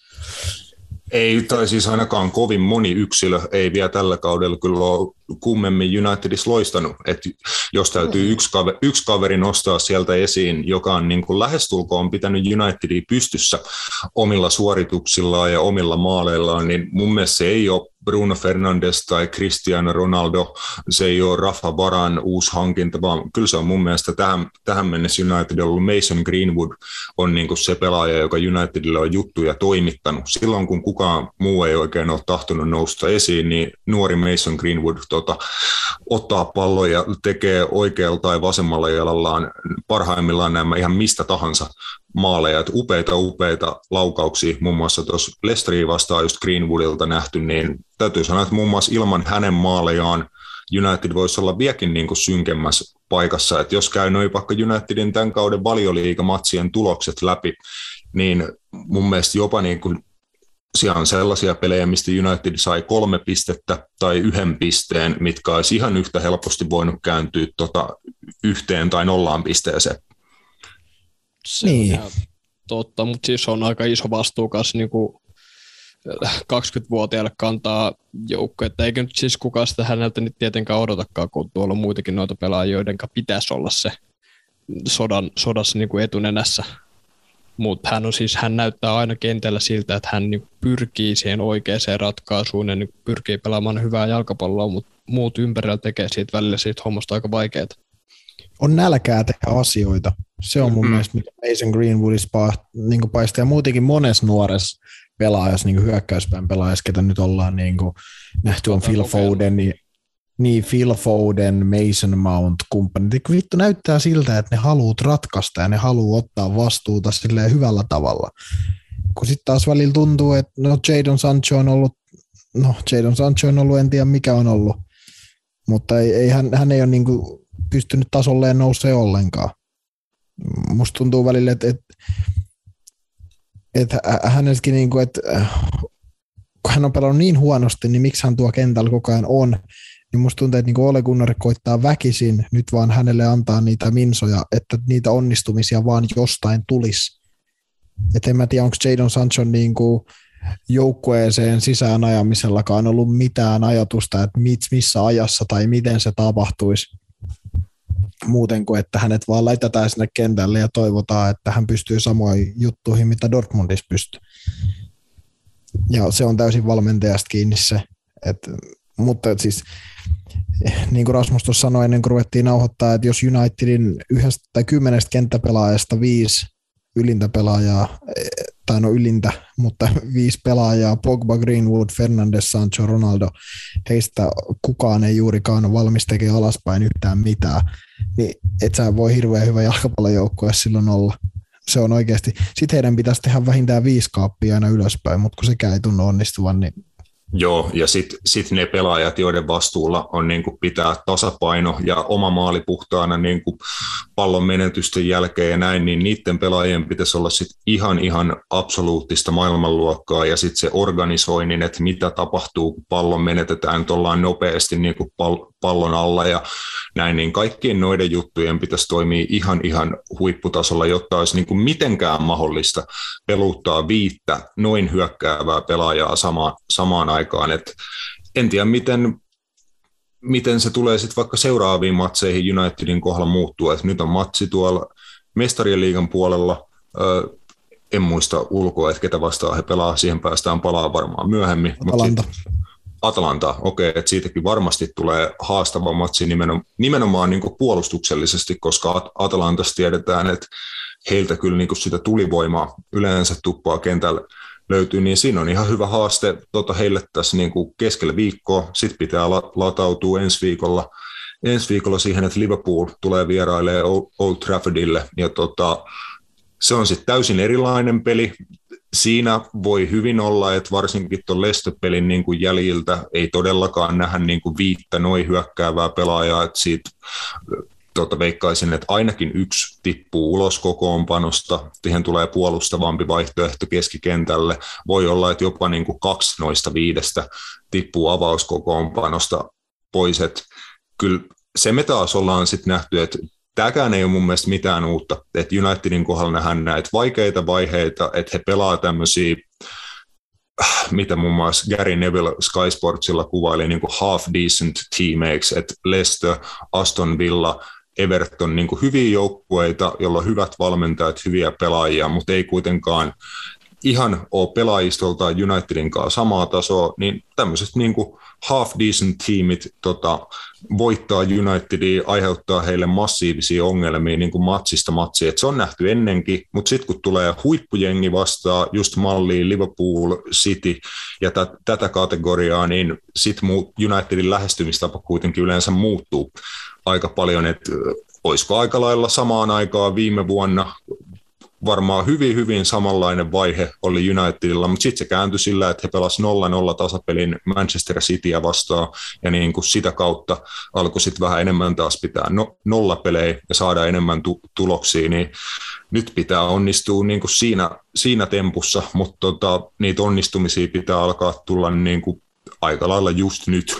Ei, tai siis ainakaan kovin moni yksilö ei vielä tällä kaudella kyllä ole kummemmin Unitedissa loistanut. Että jos täytyy yksi kaveri nostaa sieltä esiin, joka on niin kuin lähestulkoon pitänyt Unitedia pystyssä omilla suorituksillaan ja omilla maaleillaan, niin mun mielestä se ei ole Bruno Fernandes tai Cristiano Ronaldo, se ei ole Rafa Varan uusi hankinta, vaan kyllä se on mun mielestä tähän mennessä United on ollut Mason Greenwood on niin kuin se pelaaja, joka Unitedille on juttuja toimittanut. Silloin kun kukaan muu ei oikein ole tahtonut nousta esiin, niin nuori Mason Greenwood ottaa pallon ja tekee oikealla tai vasemmalla jalallaan parhaimmillaan nämä ihan mistä tahansa maaleja. Että upeita laukauksia, muun muassa tuossa Leicesteria vastaan just Greenwoodilta nähty, niin täytyy sanoa, että muun muassa ilman hänen maalejaan United voisi olla vieläkin niin kuin synkemmässä paikassa. Että jos käy noin vaikka Unitedin tämän kauden valioliigamatsien tulokset läpi, niin mun mielestä jopa niin kuin siellä on sellaisia pelejä, mistä United sai 3 pistettä tai 1 pisteen, mitkä olisi ihan yhtä helposti voinut kääntyä 1 tai 0 pisteeseen. Se on ihan totta, mutta siis on aika iso vastuu kanssa niin kuin 20-vuotiaille kantaa joukko, että eikö nyt siis kukaan sitä häneltä nyt tietenkään odotakaan, kun tuolla on muitakin noita pelaajia, joiden pitäisi olla se sodassa niin kuin etunenässä. Mutta hän näyttää aina kentällä siltä, että hän niin pyrkii siihen oikeaan ratkaisuun ja niin pyrkii pelaamaan hyvää jalkapalloa, mutta muut ympärillä tekee siitä välillä siitä hommasta aika vaikeaa. On nälkää tehdä asioita. Se on mun mielestä, mitä Mason Greenwoodissa niin paistaa ja muutenkin monessa nuoressa pelaajassa, niin hyökkäyspään pelaajassa, ketä nyt ollaan niin nähty, on Phil Foden, Mason Mount, kumppanit. Vittu näyttää siltä, että ne haluut ratkaista ja ne haluaa ottaa vastuuta silleen hyvällä tavalla. Kun sitten taas välillä tuntuu, että Jadon Sancho on ollut, en tiedä mikä on ollut, mutta hän ei ole niinku pystynyt tasolleen nousemaan ollenkaan. Musta tuntuu välillä, että hänelläkin niinku, että kun hän on pelannut niin huonosti, niin miksi hän tuo kentällä koko ajan on, niin musta tuntuu, että niin Ole Gunnar koittaa väkisin nyt vaan hänelle antaa niitä minsoja, että niitä onnistumisia vaan jostain tulisi. Et en mä tiedä, onko Jadon Sanchon niin kuin joukkueeseen sisään ajamisellakaan ollut mitään ajatusta, että missä ajassa tai miten se tapahtuisi. Muuten kuin, että hänet vaan laitetaan sinne kentälle ja toivotaan, että hän pystyy samoin juttuihin, mitä Dortmundissa pystyy. Ja se on täysin valmentajasta kiinni se. Mutta siis, niin kuin Rasmus tuossa sanoi ennen kuin ruvettiin nauhoittaa, että jos Unitedin 10 kenttäpelaajasta 5 ylintä pelaajaa, tai no ylintä, mutta 5 pelaajaa, Pogba, Greenwood, Fernandes, Sancho, Ronaldo, heistä kukaan ei juurikaan ole valmis tekemään alaspäin yhtään mitään, niin et sä voi hirveän hyvä jalkapallojoukkue silloin olla. Se on oikeasti, sit heidän pitäisi tehdä vähintään 5 kaappia aina ylöspäin, mutta kun sekään ei tunnu onnistuvan, niin joo, ja sit ne pelaajat, joiden vastuulla on niin kuin pitää tasapaino ja oma maali puhtaana niin kuin pallon menetysten jälkeen ja näin, niin niiden pelaajien pitäisi olla sit ihan absoluuttista maailmanluokkaa ja sitten se organisoinnin, että mitä tapahtuu, kun pallon menetetään tuollaan nopeasti niin kuin pallon alla ja näin, niin kaikkien noiden juttujen pitäisi toimia ihan huipputasolla, jotta olisi niin kuin mitenkään mahdollista peluttaa 5 noin hyökkäävää pelaajaa samaan aikaan. Et en tiedä, miten se tulee sitten vaikka seuraaviin matseihin Unitedin kohdalla muuttuu. Et nyt on matsi tuolla Mestarien liigan puolella. En muista ulkoa, että ketä vastaan he pelaa. Siihen päästään palaa varmaan myöhemmin. Atalanta, okei, että siitäkin varmasti tulee haastava matsi nimenomaan niin kuin puolustuksellisesti, koska Atalantasta tiedetään, että heiltä kyllä niin kuin sitä tulivoimaa yleensä tuppaa kentällä löytyy, niin siinä on ihan hyvä haaste heille tässä niin kuin keskellä viikkoa. Sitten pitää latautua ensi viikolla siihen, että Liverpool tulee vierailemaan Old Traffordille, ja se on sitten täysin erilainen peli. Siinä voi hyvin olla, että varsinkin tuon Leicester-pelin niin kuin jäljiltä ei todellakaan nähdä niin kuin 5 noin hyökkäävää pelaajaa, että siitä veikkaisin, että ainakin 1 tippuu ulos kokoonpanosta, siihen tulee puolustavampi vaihtoehto keskikentälle. Voi olla, että jopa niin kuin 2 noista 5 tippuu avauskokoonpanosta pois. Että kyllä se me taas ollaan sitten nähty, että tämäkään ei ole mun mielestä mitään uutta, että Unitedin kohdalla nähdään näitä vaikeita vaiheita, että he pelaa tämmöisiä, mitä muun muassa Gary Neville Sky Sportsilla kuvaili niin kuin half decent teammates, että Leicester, Aston Villa, Everton, niin kuin hyviä joukkueita, joilla on hyvät valmentajat, hyviä pelaajia, mutta ei kuitenkaan ihan ole pelaajistoltaan Unitedin kanssa samaa tasoa, niin tämmöiset niin kuin half decent teamit voittaa Unitedia, aiheuttaa heille massiivisia ongelmia niin kuin matsista matsiin. Et se on nähty ennenkin, mutta sitten kun tulee huippujengi vastaan, just malliin Liverpool, City ja tätä kategoriaa, niin sitten Unitedin lähestymistapa kuitenkin yleensä muuttuu aika paljon, että olisiko aika lailla samaan aikaan viime vuonna varmaan hyvin samanlainen vaihe oli Unitedilla, mutta sitten se kääntyi sillä, että he pelasivat 0-0 tasapelin Manchester Cityä vastaan, ja niin kuin sitä kautta alkoi sitten vähän enemmän taas pitää nollapelejä ja saada enemmän tuloksia, niin nyt pitää onnistua niin kuin siinä tempussa, mutta niitä onnistumisia pitää alkaa tulla niin kuin aika lailla just nyt.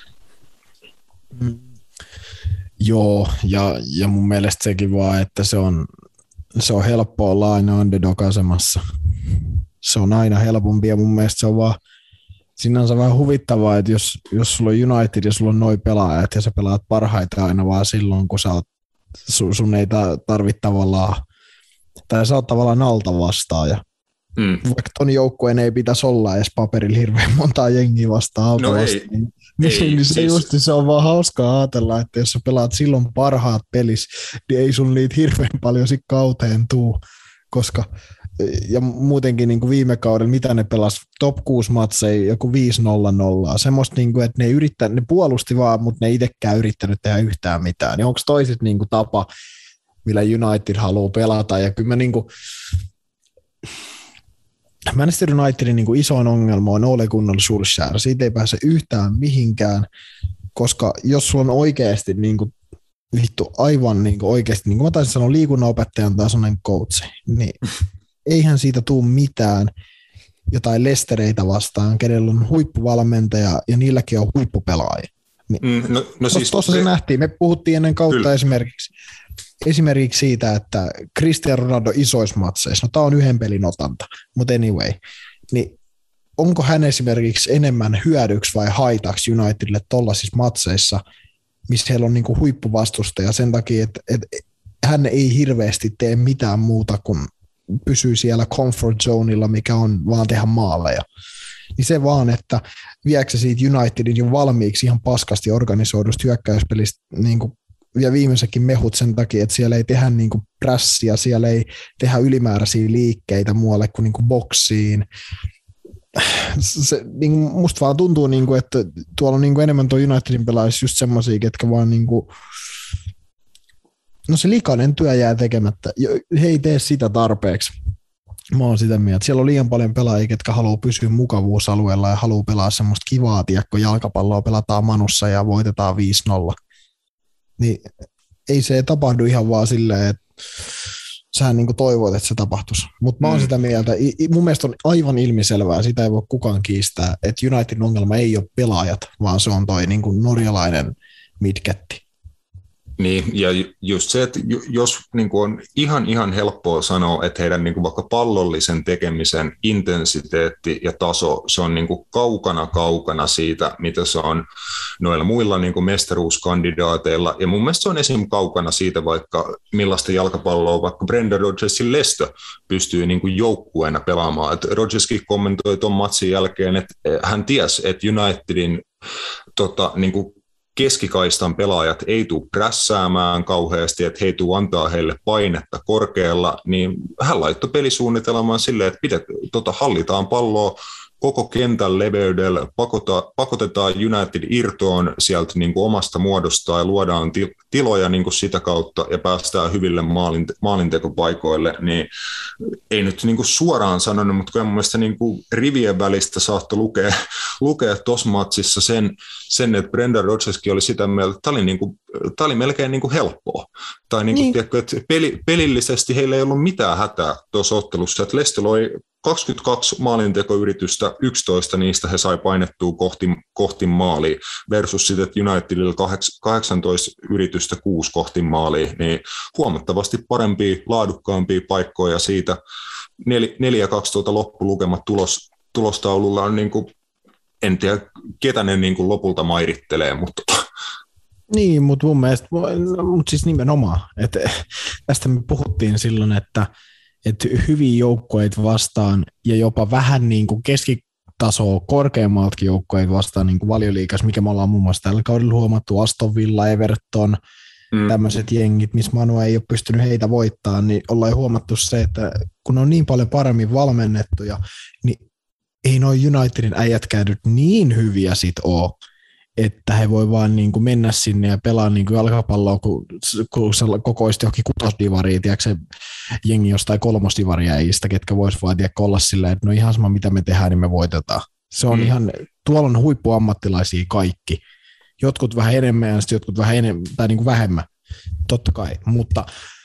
Joo, ja mun mielestä sekin vaan, että se on helppo olla aina underdog-asemassa. Se on aina helpompi ja mun mielestä se on vaan sinänsä vähän huvittavaa, että jos sulla on United ja sulla on noi pelaajat ja sä pelaat parhaita aina vaan silloin, kun sun ei tarvitse tavallaan, tai sä oot tavallaan altavastaaja. Vaikka ton joukkueen ei pitäisi olla edes paperilla hirveän montaa jengiä vastaan altavasta, niin se justi se on vaan hauskaa ajatella, että jos sä pelaat silloin parhaat pelissä, niin ei sun niitä hirveän paljon sit kauteen tuu, koska ja muutenkin niin kuin viime kaudella, mitä ne pelas top 6 matseja, joku 5-0-0, semmoista, niin kuin, että ne puolusti vaan, mutta ne ei itsekään yrittänyt tehdä yhtään mitään, niin onko toiset niin kuin tapa, millä United haluaa pelata, ja kyllä mä niin kuin Manchester Unitedin niin kuin isoin ongelma on Ole Gunnar Solskjaer. Siitä ei pääse yhtään mihinkään, koska jos sulla on oikeasti niin kuin, aivan niin kuin oikeasti, niin kuin mä taisin sanoa liikunnanopettajan tasoinen coach, niin eihän siitä tule mitään. jotain Lestereitä vastaan, kenellä on huippuvalmentaja ja niilläkin on huippupelaajia. Siis tuossa se nähtiin. Me puhuttiin ennen kautta esimerkiksi siitä, että Cristiano Ronaldo isoissa matseissa, no tämä on yhden pelin otanta, mutta anyway, niin onko hän esimerkiksi enemmän hyödyksi vai haitaksi Unitedille tollaisissa matseissa, missä heillä on niinku huippuvastustaja sen takia, että hän ei hirveästi tee mitään muuta kuin pysyy siellä comfort zoneilla, mikä on vaan tehdä maaleja. Niin se vaan, että viekö siitä Unitedin jo valmiiksi ihan paskasti organisoidusta hyökkäyspelistä niin kuin vielä viimeisenkin mehut sen takia, että siellä ei tehdä niin kuin prässiä, siellä ei tehdä ylimääräisiä liikkeitä muualle kuin, niin kuin boksiin. Se, niin kuin musta vaan tuntuu, niin kuin, että tuolla on niin kuin enemmän tuo Unitedin pelaajissa just semmoisia, ketkä vaan niin kuin, no se likainen työ jää tekemättä. He ei tee sitä tarpeeksi. Mä oon sitä mieltä. Siellä on liian paljon pelaajia, jotka haluaa pysyä mukavuusalueella ja haluaa pelaa semmoista kivaa, kun jalkapalloa pelataan Manussa ja voitetaan 5-0. Niin ei se tapahdu ihan vaan silleen, että sähän niin toivoit, että se tapahtuisi. Mutta mä oon sitä mieltä, mun mielestä on aivan ilmiselvää, sitä ei voi kukaan kiistää, että Unitedin ongelma ei ole pelaajat, vaan se on toi niin norjalainen midgetti. Niin, ja just se, että jos niin kuin on ihan helppoa sanoa, että heidän niin kuin vaikka pallollisen tekemisen intensiteetti ja taso, se on niin kuin kaukana siitä, mitä se on noilla muilla niin kuin mestaruuskandidaateilla. Ja mun mielestä se on esimerkiksi kaukana siitä, vaikka millaista jalkapalloa vaikka Brendan Rodgersin Leicester pystyy niin kuin joukkueena pelaamaan. Et Rodgerskin kommentoi tuon matsin jälkeen, että hän tiesi, että Unitedin niin kuin keskikaistan pelaajat ei tule prässäämään kauheasti, että he ei tule antaa heille painetta korkealla, niin hän laittoi pelisuunnitelmaan silleen, että hallitaan palloa koko kentän leveydellä, pakotetaan United irtoon sieltä niin kuin omasta muodostaan ja luodaan tiloja niin kuin sitä kautta ja päästään hyville maalintekopaikoille, niin ei nyt niin kuin suoraan sanonut, mutta kyllä mun mielestä niin kuin rivien välistä saattoi lukea tuossa matsissa sen, että Brendan Rodgerskin oli sitä mieltä, että tämä oli melkein niin kuin helppoa. Tai niin kuin, tiedätkö, että pelillisesti heillä ei ollut mitään hätää tuossa ottelussa, että Leicester oli 22 maalintekoyritystä, 11 niistä he sai painettua kohti maalia, versus sitten, että Unitedilla 18 yritystä 6 kohti maalia, niin huomattavasti parempia, laadukkaampia paikkoja siitä 4-2 loppulukemat tulostaululla on, niin kuin, en tiedä ketä ne niin kuin lopulta mairittelee, mutta... Niin, mutta mun mielestä, mutta siis nimenomaan, että tästä me puhuttiin silloin, että hyviä joukkueita vastaan ja jopa vähän niin kuin keskitasoa korkeammaltakin joukkueita vastaan niin kuin Valioliigassa, mikä me ollaan muun muassa tällä kaudella huomattu, Aston Villa, Everton, tämmöiset jengit, missä Manu ei ole pystynyt heitä voittamaan, niin ollaan jo huomattu se, että kun on niin paljon paremmin valmennettuja, niin ei noi Unitedin äijätkään nyt niin hyviä sit ole, että he voi vaan niin kuin mennä sinne ja pelaa niin kuin jalkapalloa, kun se kokoisesti johonkin kutosdivariin, tiedätkö se jengi jostain kolmosdivariäistä, ketkä vois vaan olla silleen, että no ihan sama mitä me tehdään, niin me voitetaan. Se on ihan, tuolla on huippuammattilaisia kaikki. Jotkut vähän enemmän ja jotkut vähän enemmän, tai niin kuin vähemmän, totta kai, mutta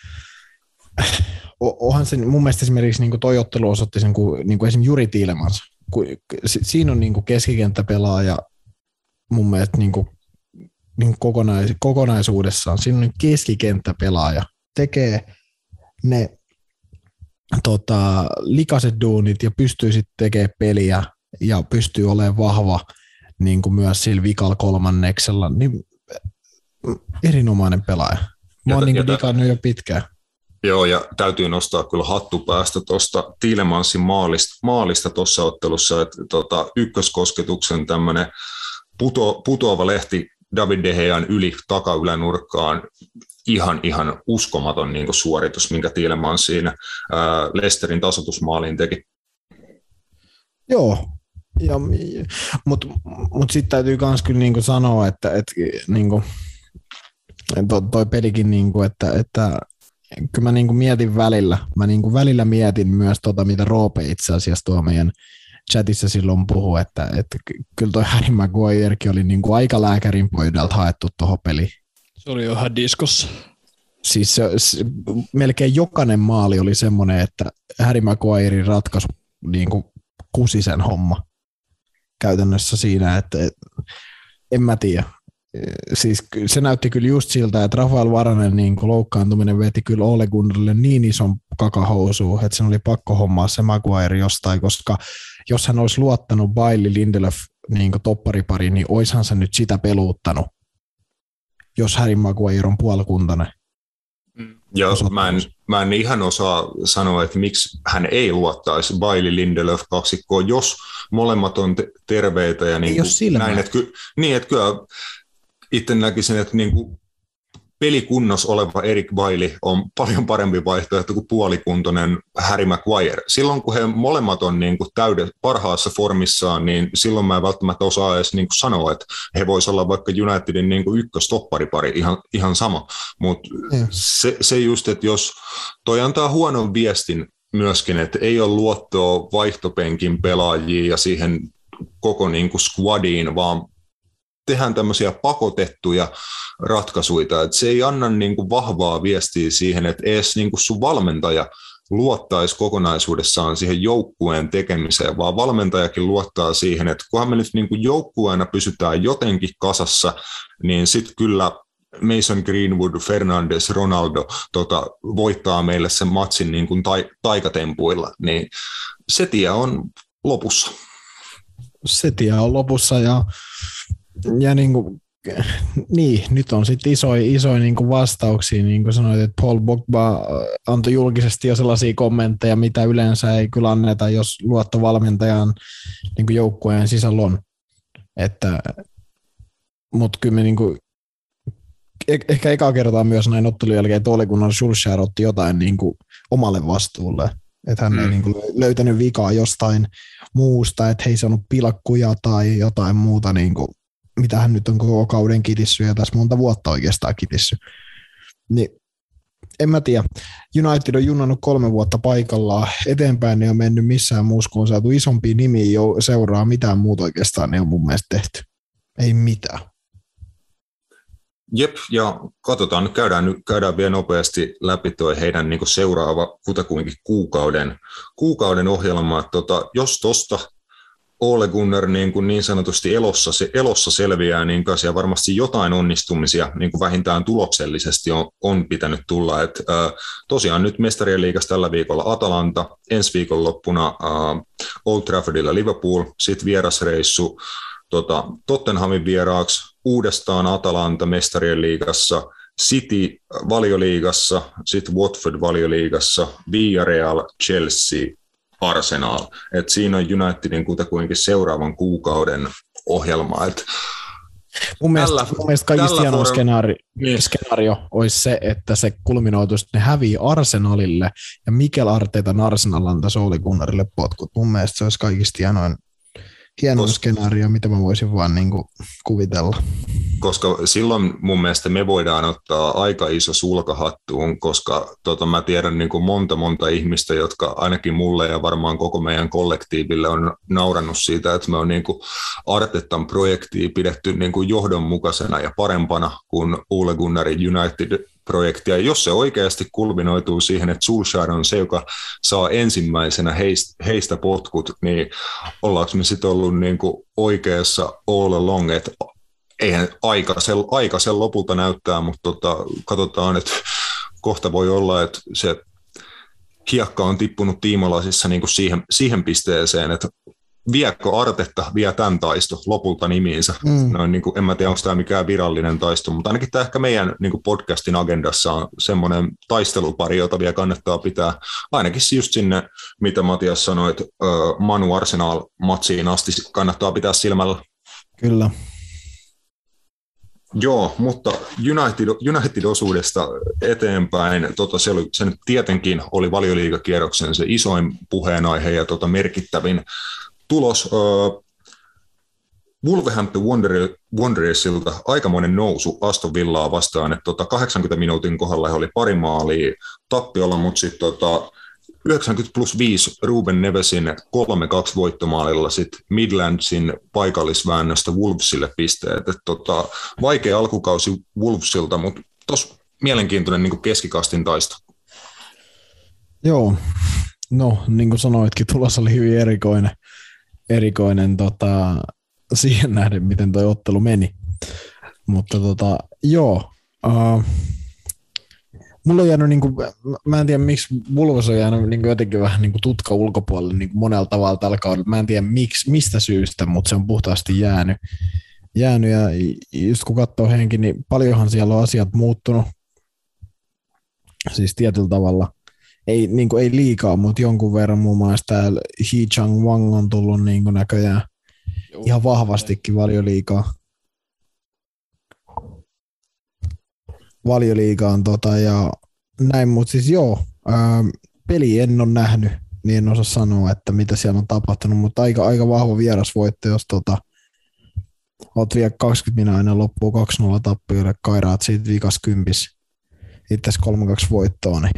onhan se mun mielestä esimerkiksi niin kuin toi ottelu osoitti sen, kun niin kuin esimerkiksi Juri Tielemans, siinä on niin kuin keskikenttäpelaaja, mun mielestä niin kuin kokonaisuudessaan. Siinä on keskikenttäpelaaja. Tekee ne likaiset duunit ja pystyy sitten tekemään peliä ja pystyy olemaan vahva niin kuin myös sillä vikalla kolmanneksella. Niin, erinomainen pelaaja. Mä oon niin digannut jo pitkään. Joo, ja täytyy nostaa kyllä hattu päästä tuosta Tielemansin maalista tuossa ottelussa, että ykköskosketuksen tämmöinen putoava lehti David De Gean yli takaylänurkkaan, ihan uskomaton niin kuin suoritus, minkä Tielemans siinä Leicesterin tasoitusmaaliin teki. Joo, mutta sitten täytyy myös kyllä niin kuin sanoa, että niin kuin, toi pelikin, niin kuin, että kyllä mä niin kuin mietin välillä. Mä niin kuin välillä mietin myös mitä Roope itse asiassa tuo meidän chatissa silloin puhui, että kyllä toi Harry Maguirekin oli niin kuin aika lääkärin pöydältä haettu tuohon peliin. Se oli jo ihan diskossa. Siis se, melkein jokainen maali oli semmoinen, että Harry Maguiren ratkaisu niin kuin Kusisen homma käytännössä siinä, että en mä tiedä. Siis se näytti kyllä just siltä, että Rafael Varanen niin loukkaantuminen veti kyllä Ole Gunnarille niin ison kakahousuun, että sen oli pakko hommaa se Maguire jostain, koska jos hän olisi luottanut Bailey Lindelöf niin topparipariin, niin oishan se nyt sitä peluuttanut, jos Harry Maguire on puolikuntainen. Ja mä en ihan osaa sanoa, että miksi hän ei luottaisi Bailey Lindelöf kaksikkoon, jos molemmat on terveitä ja niin kuin näin, että kyllä itse näkisin, että niin kuin pelikunnossa oleva Eric Bailey on paljon parempi vaihtoehto kuin puolikuntoinen Harry Maguire. Silloin kun he molemmat on niin kuin parhaassa formissaan, niin silloin mä en välttämättä osaa edes niin kuin sanoa, että he voisivat olla vaikka Unitedin niin kuin ykköstopparipari, ihan sama. Mutta se just, että jos toi antaa huonon viestin myöskin, että ei ole luottoa vaihtopenkin pelaajiin ja siihen koko niin kuin squadiin, vaan tehdään tämmöisiä pakotettuja ratkaisuja, että se ei anna niin kuin vahvaa viestiä siihen, että edes niin kuin sun valmentaja luottaisi kokonaisuudessaan siihen joukkueen tekemiseen, vaan valmentajakin luottaa siihen, että kunhan me nyt niin kuin joukkueena pysytään jotenkin kasassa, niin sitten kyllä Mason Greenwood, Fernandes, Ronaldo voittaa meille sen matsin niin kuin taikatempuilla, niin se tie on lopussa. Se tie on lopussa ja niin, nyt on sitten isoja niin kuin vastauksia, niin kuin sanoit, että Paul Pogba antoi julkisesti jo sellaisia kommentteja, mitä yleensä ei kyllä anneta, jos luottovalmentajan niin kuin joukkueen sisällä on. Mutta kyllä me niin kuin, ehkä ekaa kertaa myös näin ottelun jälkeen, että Ole Gunnar Solskjaer otti jotain niin kuin omalle vastuulle. Että hän ei niin kuin löytänyt vikaa jostain muusta, että he ei saanut pilakkuja tai jotain muuta, niin kuin, mitä hän nyt on koko kauden kitissy ja tässä monta vuotta oikeastaan kitissy. Niin, en mä tiedä. United on junnannut 3 vuotta paikallaan. Eteenpäin ei ole mennyt missään muussa, kun on saatu isompia nimiä jo seuraa. Mitään muuta oikeastaan ei ole mun mielestä tehty. Ei mitään. Jep, ja katsotaan, käydään vielä nopeasti läpi tuo heidän niin kuin seuraava kutakuinkin kuukauden ohjelma. Jos tuosta Ole Gunnar niin sanotusti elossa selviää, niin siellä varmasti jotain onnistumisia niin kuin vähintään tuloksellisesti on pitänyt tulla. Tosiaan nyt Mestarien liigassa tällä viikolla Atalanta, ensi viikonloppuna Old Traffordilla Liverpool, sitten vierasreissu Tottenhamin vieraaksi, uudestaan Atalanta Mestarien liigassa, City Valioliigassa, sitten Watford Valioliigassa, Villarreal, Chelsea, Arsenal. Et siinä on Unitedin kutakuinkin seuraavan kuukauden ohjelma. Mun mielestä kaikista hieno skenaario olisi se, että se kulminoituisi, että ne hävii Arsenalille ja Mikel Artetan Arsenal antaisi Ole Gunnarille potkut. Mun mielestä se olisi kaikista hieno skenaario, mitä mä voisin vaan niin kuin kuvitella. Koska silloin mun mielestä me voidaan ottaa aika iso sulka hattuun, koska mä tiedän niin kuin monta ihmistä, jotka ainakin mulle ja varmaan koko meidän kollektiiville on naurannut siitä, että me on niin kuin Artetan projektia pidetty niin kuin johdonmukaisena ja parempana kuin Ole Gunnarin United-projektia. Jos se oikeasti kulminoituu siihen, että Solskjaer on se, joka saa ensimmäisenä heistä potkut, niin ollaanko me sitten ollut niin kuin oikeassa all along, että eihän aika sen lopulta näyttää, mutta katsotaan, että kohta voi olla, että se hiekka on tippunut tiimalasissa niin kuin siihen pisteeseen, että viekö Artetta vie tämän taisto lopulta nimiinsä. No, niin kuin, en mä tiedä, onko tämä mikään virallinen taisto, mutta ainakin tämä ehkä meidän niin kuin podcastin agendassa on semmoinen taistelupari, jota vielä kannattaa pitää. Ainakin just sinne, mitä Matias sanoi, että Manu Arsenal-matsiin asti kannattaa pitää silmällä. Kyllä. Joo, mutta United-osuudesta eteenpäin, se nyt tietenkin oli Valioliigakierroksen se isoin puheenaihe ja merkittävin tulos. Wolverhampton Wanderersilta aikamoinen nousu Aston Villaa vastaan, että 80 minuutin kohdalla he oli pari maalia tappiolla, mutta sitten 90+5 Ruben Nevesin 3-2 voittomaalilla sitten Midlandsin paikallisväännöstä Wolvesille pisteet. Vaikea alkukausi Wolvesilta, mutta tuossa mielenkiintoinen niin kuin keskikastin taisto. Joo, no niin kuin sanoitkin, tulos oli hyvin erikoinen. erikoinen siihen nähden, miten toi ottelu meni. Mutta joo. Mulla on jäänyt, mä en tiedä miksi Wolves on jäänyt jotenkin vähän tutka ulkopuolelle monella tavalla tällä kaudella. Mä en tiedä mistä syystä, mutta se on puhtaasti jäänyt. Ja just kun katsoo henki, niin paljonhan siellä on asiat muuttunut. Siis tietyllä tavalla. Ei liikaa, mutta jonkun verran muun muassa täällä Hee Chang Wang on tullut näköjään ihan vahvastikin Valioliigaan ja näin, mutta siis joo, peli en ole nähnyt, niin en osaa sanoa, että mitä siellä on tapahtunut, mutta aika vahva vierasvoitto, jos olet vielä 20 minuuttia aina loppuu 2-0 tappioille, kairaat siitä viikas kympis, itse 3-2 voittoa, niin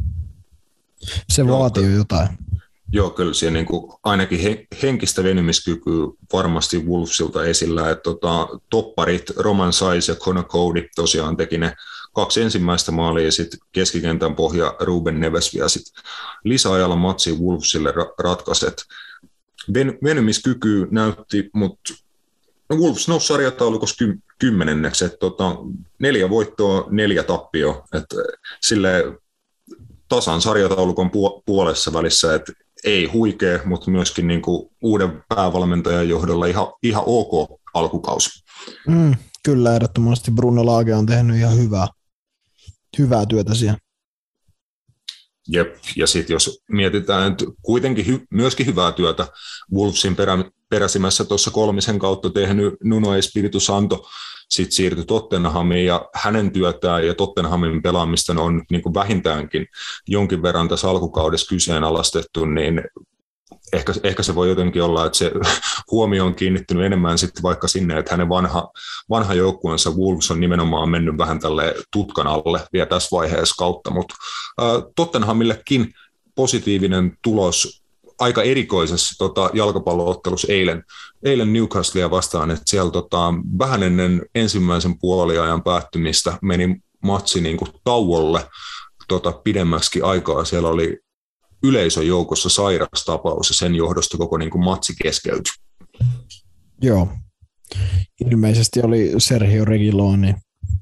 se vaatii jo jotain. Joo, kyllä siellä ainakin henkistä venymiskykyä varmasti Wolvesilta esillä, että topparit Roman Saiz ja Conor Cody tosiaan teki ne 2 ensimmäistä maalia ja sitten keskikentän pohja Ruben Neves vielä sitten lisäajalla matsi Wolvesille ratkaiset. Venymiskyky näytti, mutta Wolves nousi sarjataulukossa 10. että 4 voittoa, 4 tappioa, että silleen tasan sarjataulukon puolessa välissä, että ei huikea, mutta myöskin uuden päävalmentajan johdolla ihan ok alkukausi. Kyllä, ehdottomasti Bruno Lage on tehnyt ihan hyvää työtä siellä. Jep, ja sitten jos mietitään, että kuitenkin myöskin hyvää työtä Wolvesin peräsimässä tuossa 3 kautta tehnyt Nuno Espirito Santo, sitten siirtyi Tottenhamiin ja hänen työtään ja Tottenhamin pelaamista on vähintäänkin jonkin verran tässä alkukaudessa kyseenalaistettu, niin ehkä se voi jotenkin olla, että se huomio on kiinnittynyt enemmän sitten vaikka sinne, että hänen vanha joukkueensa Wolves on nimenomaan mennyt vähän tälle tutkan alle vielä tässä vaiheessa kautta, mutta Tottenhamillekin positiivinen tulos aika erikoisessa jalkapalloottelussa eilen Newcastlea vastaan, että siellä vähän ennen ensimmäisen puoliajan päättymistä meni matsi tauolle pidemmäksi aikaa. Siellä oli yleisön joukossa sairastapaus ja sen johdosta koko matsi keskeytyi. Joo. Ilmeisesti oli Sergio Reguiloni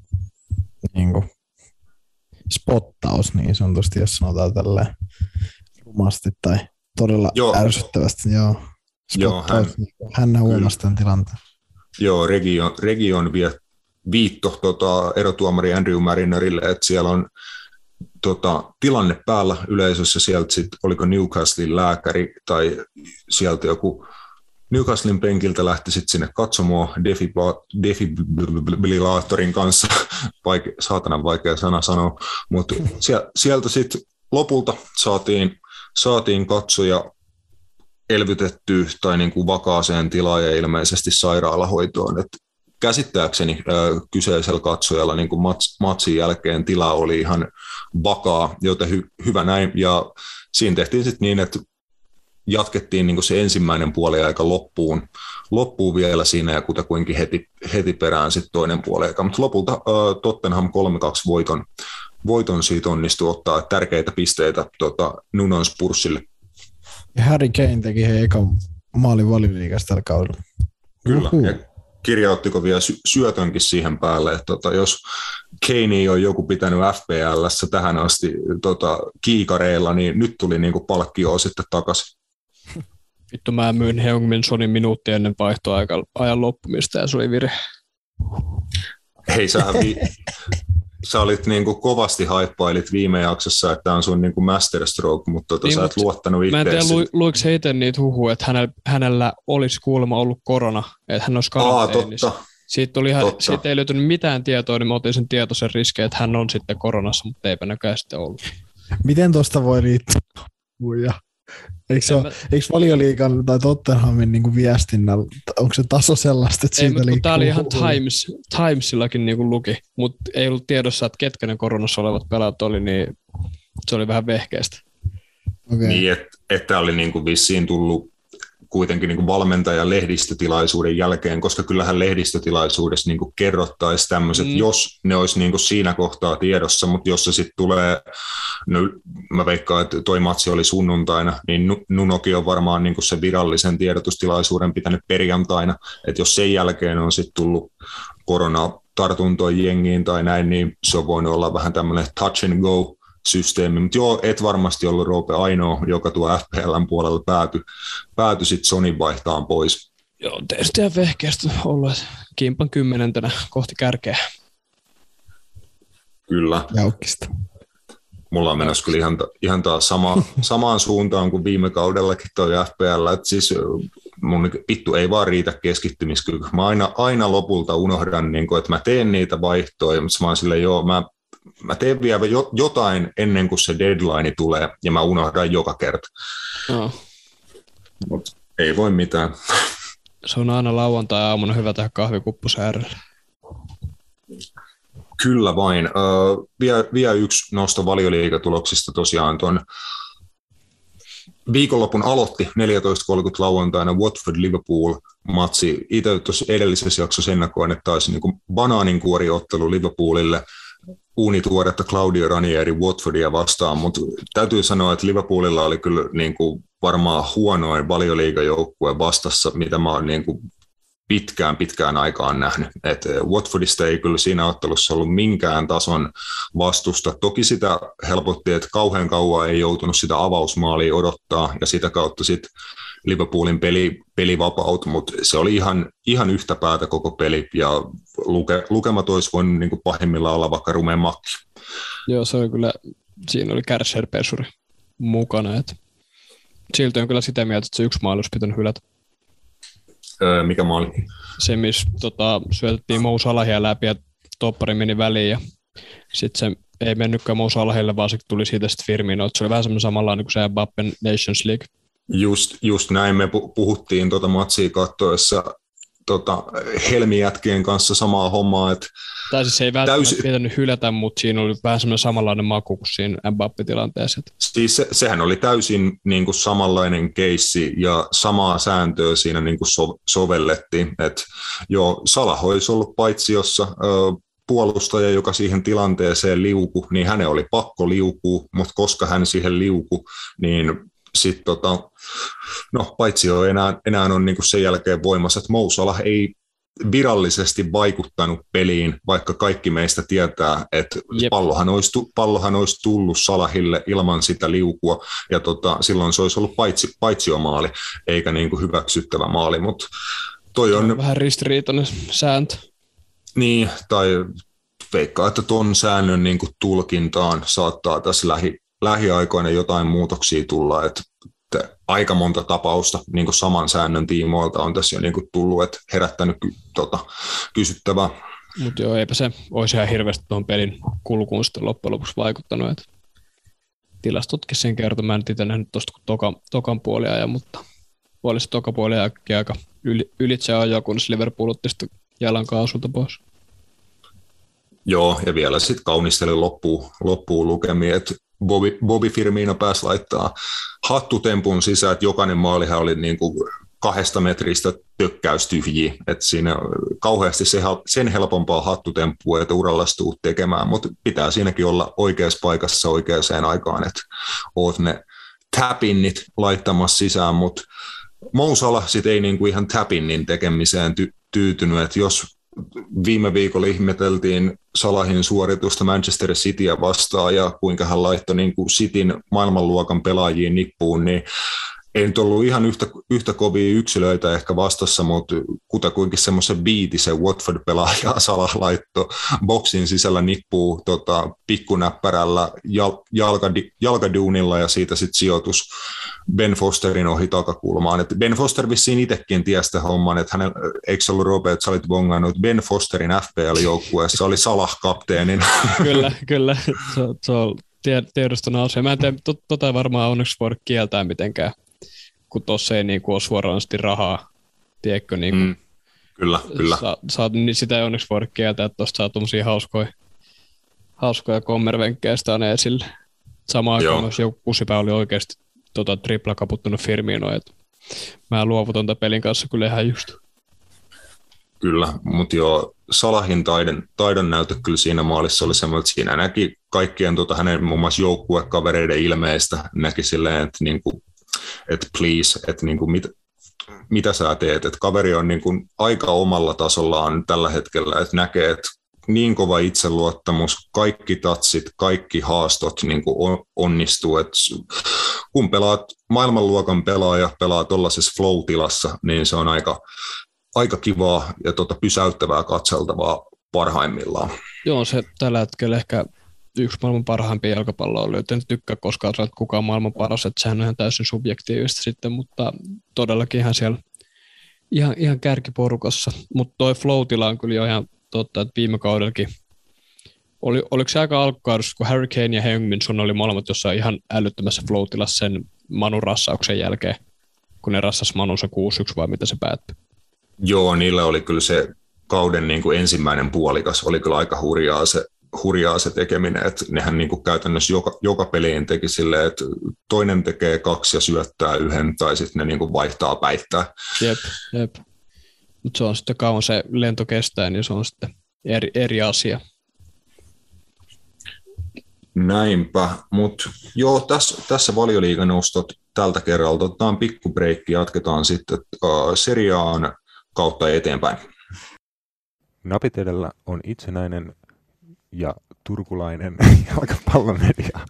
spottaus niin sanotusti, jos sanotaan tälleen rumasti tai todella ärsyttävästi. Joo, hän huomasi tämän tilanteen. Joo, Region viitto erotuomari Andrew Marinerille, että siellä on tilanne päällä yleisössä, sieltä sitten oliko Newcastlen lääkäri tai sieltä joku Newcastlen penkiltä lähti sitten sinne katsomaan defibrillaattorin kanssa, saatanan vaikea sana sanoa, mutta sieltä sitten lopulta saatiin katsoja elvytettyä tai vakaaseen tilaan ja ilmeisesti sairaalahoitoon. Et käsittääkseni kyseisellä katsojalla matsin jälkeen tila oli ihan vakaa, joten hyvä näin. Ja siinä tehtiin sitten niin, että jatkettiin se ensimmäinen puoliaika loppuun vielä siinä ja kutakuinkin heti perään sitten toinen puoliaika. Mutta lopulta Tottenham 3-2 voiton siitä onnistui ottaa tärkeitä pisteitä Nunon Spursille. Ja Harry Kane teki ekan maalin Valioliigasta tällä kaudella. Kyllä, ja kirjauttiko vielä syötönkin siihen päälle, että jos Kane on joku pitänyt FPL:ssä tähän asti kiikareilla, niin nyt tuli palkkioa sitten takaisin. Vittu, mä myin Heung-min minuuttia ennen vaihtoajan loppumista ja se oli virhe. Hei, sä olit kovasti haippailit viime jaksossa, että tämä on sun masterstroke, mutta sä et luottanut itseäsi. Mä en tiedä, luiko se itse niitä huhuja, että hänellä olisi kuulemma ollut korona, että hän olisi karanteenissa. Totta. Siitä ei löytynyt mitään tietoa, niin mä otin sen tietoisen riskin, että hän on sitten koronassa, mutta eipä näkään sitten ollut. Miten tuosta voi liittyä? Eikö Valioliigan tai Tottenhamin viestinnällä, onko se taso sellaista, että siitä liikkuu? Tämä oli ihan Timesillakin luki, mutta ei ollut tiedossa, että ketkä ne koronassa olevat pelaat oli, niin se oli vähän vehkeästä. Okay. Niin, että oli vissiin tullut kuitenkin niin kuin valmentajan lehdistötilaisuuden jälkeen, koska kyllähän lehdistötilaisuudessa niin kuin kerrottaisiin tämmöiset, jos ne olisi niin kuin siinä kohtaa tiedossa, mutta jos se sitten tulee, no mä veikkaan, että toi matsi oli sunnuntaina, niin Nunokin on varmaan niin kuin se virallisen tiedotustilaisuuden pitänyt perjantaina, että jos sen jälkeen on sitten tullut koronatartuntoja jengiin tai näin, niin se on voinut olla vähän tämmöinen touch and go systeemi, mutta joo, et varmasti ollut Roope ainoa, joka tuo FPLn puolella päätyi sitten Sonin vaihtaan pois. Joo, tietysti ihan vehkeästi ollut, että kimpan 10. kohti kärkeä. Kyllä. Jaukkista. Mulla on menossa kyllä ihan taas samaan suuntaan kuin viime kaudellakin toi FPL, että siis mun vittu ei vaan riitä keskittymiskyky. Mä aina lopulta unohdan, niin kun, että mä teen niitä vaihtoja, mutta mä oon silleen, joo, mä teen vielä jotain ennen kuin se deadline tulee, ja mä unohdan joka kerta. No. Mut ei voi mitään. Se on aina lauantai-aamuna hyvä tehdä kahvikuppusen äärellä. Kyllä vain. Vielä yksi nosto Valioliigatuloksista tosiaan tuon viikonlopun aloitti 14.30 lauantaina Watford-Liverpool-matsi. Itse tuossa edellisessä jaksossa ennakoin, että taisi niin banaaninkuoriottelu Liverpoolille, uunituoretta Claudio Ranieri Watfordia vastaan, mutta täytyy sanoa, että Liverpoolilla oli kyllä niin kuin varmaan huonoin Valioliigajoukkue vastassa, mitä mä oon niin kuin pitkään aikaan nähnyt. Et Watfordista ei kyllä siinä ottelussa ollut minkään tason vastusta. Toki sitä helpotti, että kauhean kauan ei joutunut sitä avausmaalia odottaa, ja sitä kautta sitten Liverpoolin peli vapautui, mutta se oli ihan yhtä päätä koko peli, ja lukemat olisi voinut niin kuin pahimmillaan olla vaikka rumeen makki. Joo, se oli kyllä, siinä oli Kärcher-pesuri mukana, että silti on kyllä sitä mieltä, että se yksi maali olisi pitänyt hylätä. Mikä maali? Se, missä syötettiin Mo Salahia läpi ja toppari meni väliin, ja sitten se ei mennytkään Mo Salahille, vaan se tuli siitä sitten Firmino, että se oli vähän semmoinen samanlainen kuin se Mbappen Nations League. Just näin me puhuttiin matsia katsoessa Helmi-jätkien kanssa samaa hommaa. Tai siis se ei välttämättä pitänyt hylätä, mutta siinä oli vähän semmoinen samanlainen maku kuin siinä Mbappe-tilanteessa. Siis sehän oli täysin niin kuin samanlainen keissi ja samaa sääntöä siinä niin kuin sovellettiin. Et joo, Salah olisi ollut paitsiossa puolustaja, joka siihen tilanteeseen liukui, niin hänen oli pakko liukua, mutta koska hän siihen liukui, niin sitten paitsi enää on niinku sen jälkeen voimassa, että Mo Salah ei virallisesti vaikuttanut peliin, vaikka kaikki meistä tietää, että pallohan olisi tullut Salahille ilman sitä liukua, ja silloin se olisi ollut paitsiomaali, eikä niinku hyväksyttävä maali, mutta toi on vähän ristiriitainen sääntö. Niin, tai veikkaa, että ton säännön niinku tulkintaan saattaa tässä lähiaikoina jotain muutoksia tulla, että aika monta tapausta niin kuin saman säännön tiimoilta on tässä jo niin kuin tullut, että herättänyt kysyttävää. Mutta joo, eipä se olisi ihan hirveästi tuohon pelin kulkuun sitten loppujen lopuksi vaikuttanut. Että tilastotkin sen kertoo, mä en itse nähnyt tuosta tokan puoliajan, mutta puolista toka puoliajakin aika ylitse ajaa, kun Liverpool otti sitten jalan kaasulta pois. Joo, ja vielä sitten kaunisteli loppuun lukemiin, että Bobby Firmino pääsi laittaa hattutempun sisään, että jokainen maalihan oli niin kuin 2 metristä tökkäystyhjiä, että siinä kauheasti sen helpompaa hattutemppua, että urallastuu tekemään, mutta pitää siinäkin olla oikeassa paikassa oikeaan aikaan, että oot ne tapinnit laittamassa sisään, mutta Mo Salah sit ei niin kuin ihan tapinnin tekemiseen tyytynyt, että jos viime viikolla ihmeteltiin Salahin suoritusta Manchester Cityä vastaan ja kuinka hän laittoi niin kuin Cityn maailmanluokan pelaajiin nippuun, niin ei nyt ollut ihan yhtä kovia yksilöitä ehkä vastassa, mutta kutakuinkin semmoisen biitisen Watford-pelaaja Salah laittoi boksin sisällä nippuu pikkunäppärällä jalkaduunilla ja siitä sitten sijoitus Ben Fosterin ohi takakulmaan. Et Ben Foster vissiin itsekin tiesi sitä homman, että eikö se ollut Robe, että sä olit bongannut, että Ben Fosterin FPL-joukkueessa oli Salah kapteenin. Kyllä. Se on tiedostona asia. Mä en tiedä, tota varmaan onneksi voida kieltää mitenkään, kun tuossa ei niinku ole suoraan rahaa, tiedätkö? Niinku, Kyllä. Niin sitä ei onneksi voida kieltää, että tuosta saa tuommoisia hauskoja kommervenkkejä sitä aina esille. Samaan aikaan myös joku kusipää oli oikeasti tripla kaputtanut Firminoa. Mä luovutan tämän pelin kanssa kyllä ihan just. Kyllä, mutta joo, Salahin taidon näytö kyllä siinä maalissa oli semmoinen, että siinä näki kaikkien hänen muun muassa joukkuekavereiden ilmeistä, näki silleen, että, niinku, että please, että niinku, mitä sä teet, että kaveri on niinku aika omalla tasollaan tällä hetkellä, että näkee, että niin kova itseluottamus, kaikki tatsit, kaikki haastot niinku onnistuu, että kun pelaat maailmanluokan pelaaja, pelaa tuollaisessa flow-tilassa, niin se on aika kivaa ja pysäyttävää katseltavaa parhaimmillaan. Joo, se tällä hetkellä ehkä yksi maailman parhaimpia jalkapalloilijoita. En tykkää koskaan sanoa, että kuka on maailman paras, että sehän on ihan täysin subjektiivista sitten, mutta todellakin ihan siellä ihan kärkiporukassa. Mutta toi flow-tila on kyllä jo ihan totta, että viime kaudellakin oliko se aika alkukaudessa, kun Harry Kane ja Heung-min oli molemmat jossain ihan älyttömässä flow-tilassa sen Manun rassauksen jälkeen, kun ne rassas Manun se 6-1 vai mitä se päättyi? Joo, niillä oli kyllä se kauden niin kuin ensimmäinen puolikas, oli kyllä aika hurjaa se tekeminen, että nehän niin kuin käytännössä joka peliin teki silleen, että toinen tekee 2 ja syöttää 1, tai sitten ne niin kuin vaihtaa päittää. Jep. Mutta se on sitten kauan se lento kestää, niin se on sitten eri asia. Näinpä, mutta joo, tässä Valioliigan nostot tältä kerralta. Otetaan pikku breikki, jatketaan sitten Serie A:n kautta eteenpäin. Napit edellä on itsenäinen ja turkulainen jalkapallomedia.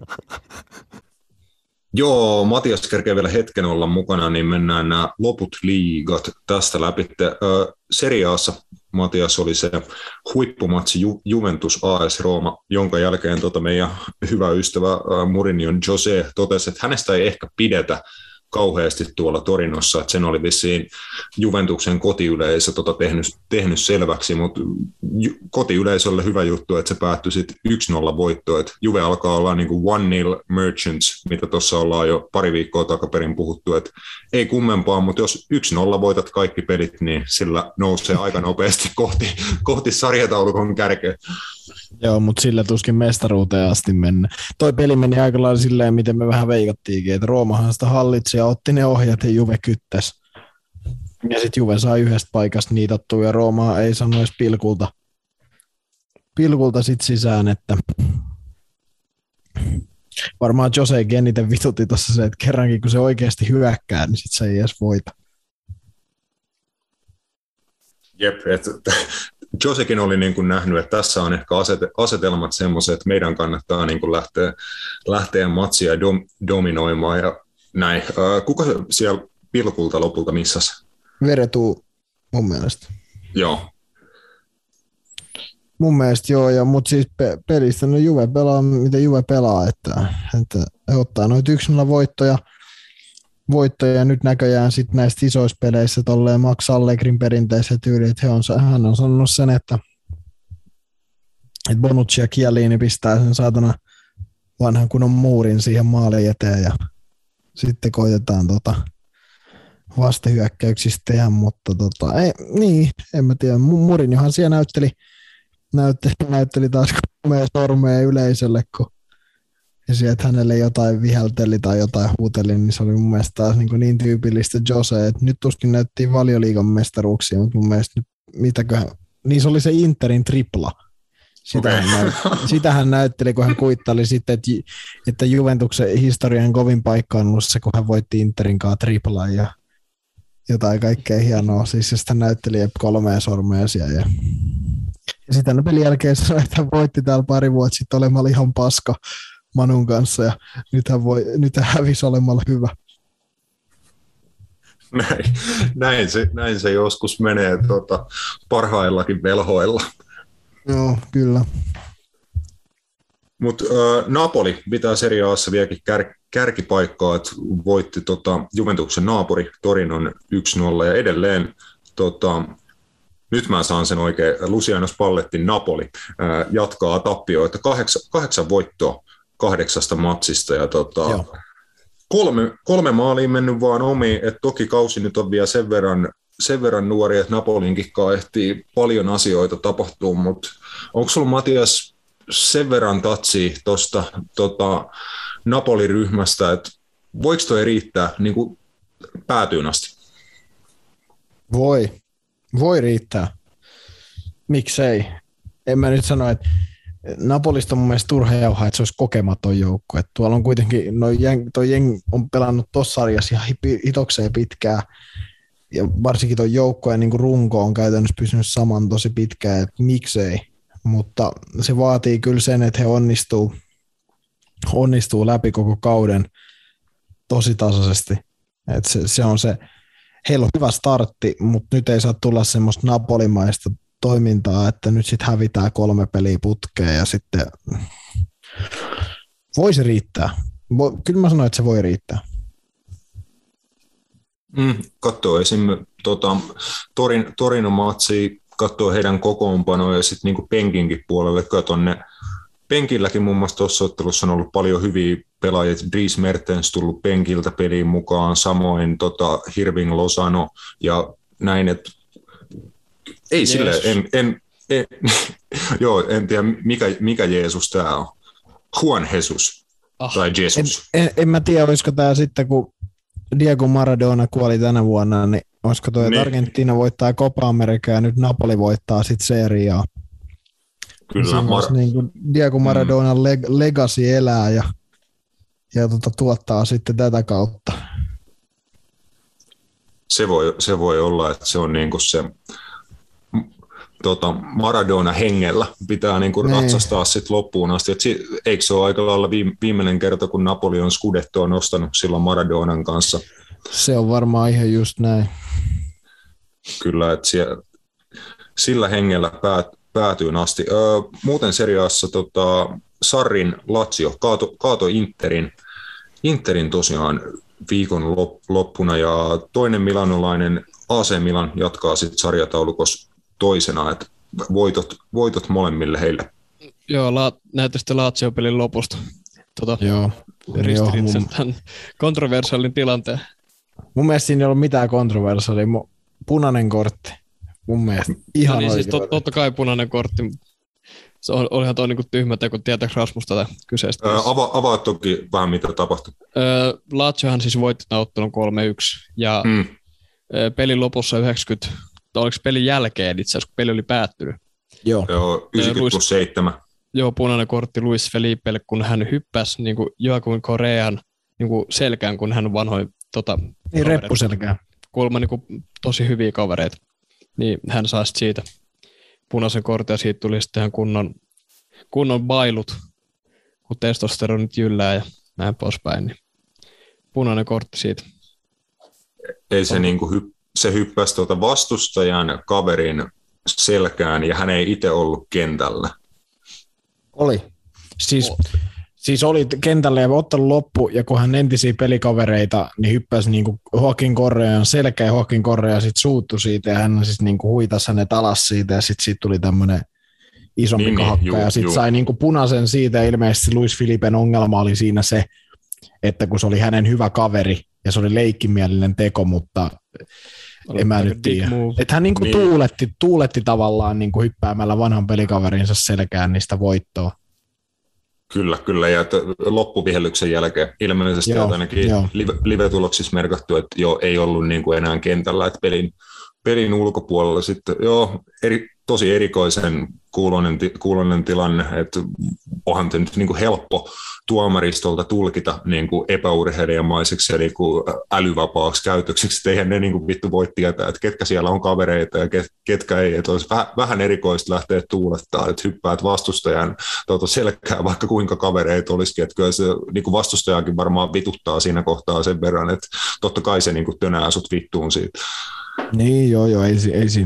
Joo, Matias kerkee vielä hetken olla mukana, niin mennään nämä loput liigat tästä läpi. Serie A:ssa Matias oli se huippumatsi Juventus AS Roma, jonka jälkeen meidän hyvä ystävä Mourinhon Jose totesi, että hänestä ei ehkä pidetä kauheasti tuolla Torinossa, että sen oli vissiin Juventuksen kotiyleisö tehnyt selväksi, mutta kotiyleisölle hyvä juttu, että se päättyi sitten 1-0 voittoon, että Juve alkaa olla niin kuin 1-0 Merchants, mitä tuossa ollaan jo pari viikkoa takaperin puhuttu, että ei kummempaa, mutta jos 1-0 voitat kaikki pelit, niin sillä nousee aika nopeasti kohti sarjataulukon kärkeä. Joo, mutta sillä tuskin mestaruuteen asti mennä. Toi peli meni aika lailla silleen, miten me vähän veikattiinkin, että Roomahan sitä hallitsi ja otti ne ohjat ja Juve kyttäs. Ja sitten Juve sai yhdestä paikasta niitattua ja Roomaa ei sano edes pilkulta sit sisään, että varmaan Jose eniten vitutti tuossa se, että kerrankin kun se oikeasti hyökkää, niin sit se ei edes voita. Jep, Josekin oli niin kuin nähnyt, että tässä on ehkä asetelmat semmoiset, että meidän kannattaa niin kuin lähteä matsia dominoimaan ja näin. Kuka siellä pilkulta lopulta missasi? Veretuu mun mielestä. Joo. Mun mielestä joo, mutta siis pelistä no Juve pelaa, miten Juve pelaa, että ottaa noita 1-0 voittoja nyt näköjään sit näistä isoissa peleissä tolleen Max Allegrin perinteiset tyyli, että hän on sanonut sen, että Bonucci ja Chiellini pistää sen saatana vanhan kunnon muurin siihen maalin eteen ja sitten koitetaan vastahyökkäyksistä tehdä, mutta en mä tiedä. Mourinhohan siellä näytteli taas sormea yleisölle, kun ja sieltä hänelle jotain vihelteli tai jotain huuteli, niin se oli mun mielestä taas niin tyypillistä Jose, että nyt tuskin näyttiin Valioliigan mestaruuksia, mutta mun mielestä mitäköhän, niin se oli se Interin tripla. Sitä hän näytteli, kun hän kuittali sitten, että Juventuksen historian kovin paikka on ollut se, kun hän voitti Interin kanssa triplan ja jotain kaikkea hienoa. Siis hän näytteli 3 sormea siellä. Ja sitten pelin jälkeen sanoi, että hän voitti täällä pari vuotta sitten olemalla ihan paska Manun kanssa ja nyt hän hävisi olemalla hyvä. Näin se joskus menee parhaillakin velhoilla. Joo, kyllä. Mutta Napoli pitää Serie A:ssa vieläkin kärkipaikkaa, että voitti Juventuksen naapuri Torinon 1-0 ja edelleen nyt mä saan sen oikein, Luciano Spallettin Napoli jatkaa tappioita, 8 voittoa 8 matsista ja kolme maaliin mennyt vaan omiin, että toki kausi nyt on vielä sen verran nuori, että Napolinkin ehtii paljon asioita tapahtuu, mutta onko sulla Matias sen verran tatsia tuosta Napoli-ryhmästä, että voiko toi riittää niin kuin päätyyn asti. Voi riittää. Miksei? En mä nyt sano, että Napolista on mun mielestä turha jauhaa, että se olisi kokematon joukko. Että tuolla on kuitenkin, toi jengi on pelannut tuossa sarjassa ihan hitokseen pitkään. Ja varsinkin tuon joukkojen niin runko on käytännössä pysynyt saman tosi pitkään, että miksei. Mutta se vaatii kyllä sen, että he onnistuu läpi koko kauden tosi tasaisesti. Että se on se, heillä on hyvä startti, mutta nyt ei saa tulla semmoista napolimaista toimintaa, että nyt sitten hävitään 3 peliä putkeen ja sitten voisi riittää. Kyllä mä sanoin, että se voi riittää. Katsoo esim. Torinon matsia, katsoo heidän kokoonpanoja ja sitten niinku penkinkin puolelle katon ne. Penkilläkin muun muassa tuossa ottelussa on ollut paljon hyviä pelaajia. Dries Mertens tullut penkiltä peliin mukaan, samoin Hirving Lozano ja näin, että ei silleen, en tiedä mikä Jeesus tämä on. Juan Jesus tai Jesus. En mä tiedä, olisiko tämä sitten, kun Diego Maradona kuoli tänä vuonna, niin olisiko tuo, että Argentiina voittaa Copa Americaa ja nyt Napoli voittaa sitten Serie A. Kyllä. Niin kuin Diego Maradonan legacy elää ja tuottaa sitten tätä kautta. Se voi olla, että se on niinku se Maradona hengellä pitää niinku ratsastaa sit loppuun asti. Eikö se ole aika lailla viimeinen kerta, kun Napoli on Scudettoa nostanut silloin Maradonan kanssa? Se on varmaan ihan just näin. Kyllä, että sillä hengellä päätyyn asti. Muuten seriaassa Sarrin Lazio kaato Interin tosiaan viikon loppuna ja toinen milanolainen AC Milan jatkaa sitten sarjataulukossa toisena, että voitot molemmille heille. Joo, näytä sitten Lazio-pelin lopusta. Ristiriitaisen tämän kontroversiaalin tilanteen. Mun mielestä siinä ei ollut mitään kontroversiaalia. Punainen kortti. Mun mielestä ihan niin oikein. siis totta kai punainen kortti. Se olihan tuo niinku tyhmä teko, tietääkö Rasmus tätä kyseistä? Avaa toki vähän mitä tapahtui. Laziohan siis voitti tämän ottelun 3-1 ja pelin lopussa 90, oliko pelin jälkeen itse asiassa, kun peli oli päättynyt. Joo 90+7. Joo, punainen kortti Luis Felipelle, kun hän hyppäsi niinku Joaquin Correan niinku selkään, kun hän on vanhoin niin reppuselkään. Kuulemma niinku tosi hyviä kavereita. Niin hän saa siitä punaisen kortin ja siitä tuli sitten ihan kunnon bailut, kun testosteronit jyllää ja näin poispäin. Niin punainen kortti siitä. Ei se, se hyppäsi vastustajan kaverin selkään ja hän ei itse ollut kentällä. Oli. Siis oli kentällä ja ottelu loppu, ja kun hän entisiä pelikavereita, niin hyppäsi niinku Joaquin Correan selkä, ja Joaquin Correa sitten suuttui siitä, ja hän siis niinku huitasi hänet alas siitä, ja sitten siitä tuli tämmöinen isompi kahakka, ja sitten sai niinku punaisen siitä, ja ilmeisesti Luis Filipen ongelma oli siinä se, että kun se oli hänen hyvä kaveri, ja se oli leikkimielinen teko, mutta en mä nyt tiedä. Että hän niinku tuuletti tavallaan niinku hyppäämällä vanhan pelikaverinsa selkään niistä voittoa. Kyllä, ja loppuvihellyksen jälkeen ilmeisesti ainakin live-tuloksissa merkattu, että ei ollut niin kuin enää kentällä, että pelin ulkopuolella sitten tosi erikoisen kuuloinen tilanne, että onhan se nyt niin kuin helppo tuomaristolta tulkita niin kuin epäurheilijamaiseksi ja niin kuin älyvapaaksi käytökseksi, että eihän ne niin kuin vittu voi tietää, että ketkä siellä on kavereita ja ketkä ei, että olisi vähän erikoista lähteä tuulettaa, että hyppäät vastustajan selkää, vaikka kuinka kavereita olisikin, että kyllä se niin kuin vastustajakin varmaan vituttaa siinä kohtaa sen verran, että totta kai se niin kuin tönää sut vittuun siitä. Niin joo, ei siinä.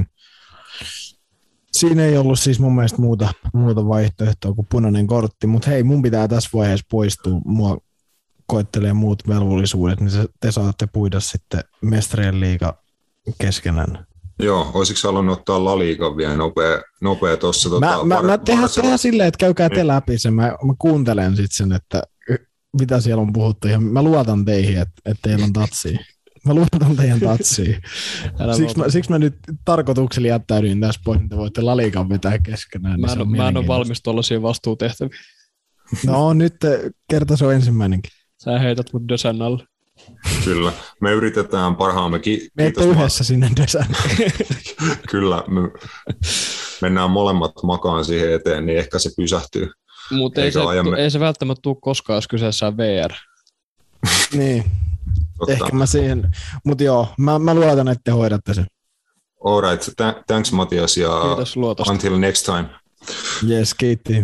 Siinä ei ollut siis mun mielestä muuta vaihtoehtoa kuin punainen kortti, mutta hei, mun pitää tässä vaiheessa poistua. Mua koettelee muut velvollisuudet, niin te saatte puida sitten Mestarien liiga keskenään. Joo, olisitko halunnut ottaa La Liigan vielä nopea tuossa? Mä tehdään silleen, että käykää te läpi sen. Mä kuuntelen sitten sen, että mitä siellä on puhuttu. Ja mä luotan teihin, että teillä on tatsia. Mä luotan teidän tatsiin. Siksi mä nyt tarkoituksella jättäydyin tässä pois, että voitte La Liigan vetää keskenään. Mä en ole valmis tuollaisiin vastuutehtäviin. No nyt kerta se on ensimmäinenkin. Sä heität mut Dösän alle. Kyllä, me yritetään parhaamme. Menette yhdessä sinne desään. Kyllä, me mennään molemmat makaan siihen eteen, niin ehkä se pysähtyy. Mutta ei se välttämättä tule koskaan, jos kyseessä on VR. Niin, ehkä mä siihen, mutta joo, mä luotan, että te hoidatte sen. All right, thanks Matias ja kiitos, until next time. Yes, kiitti.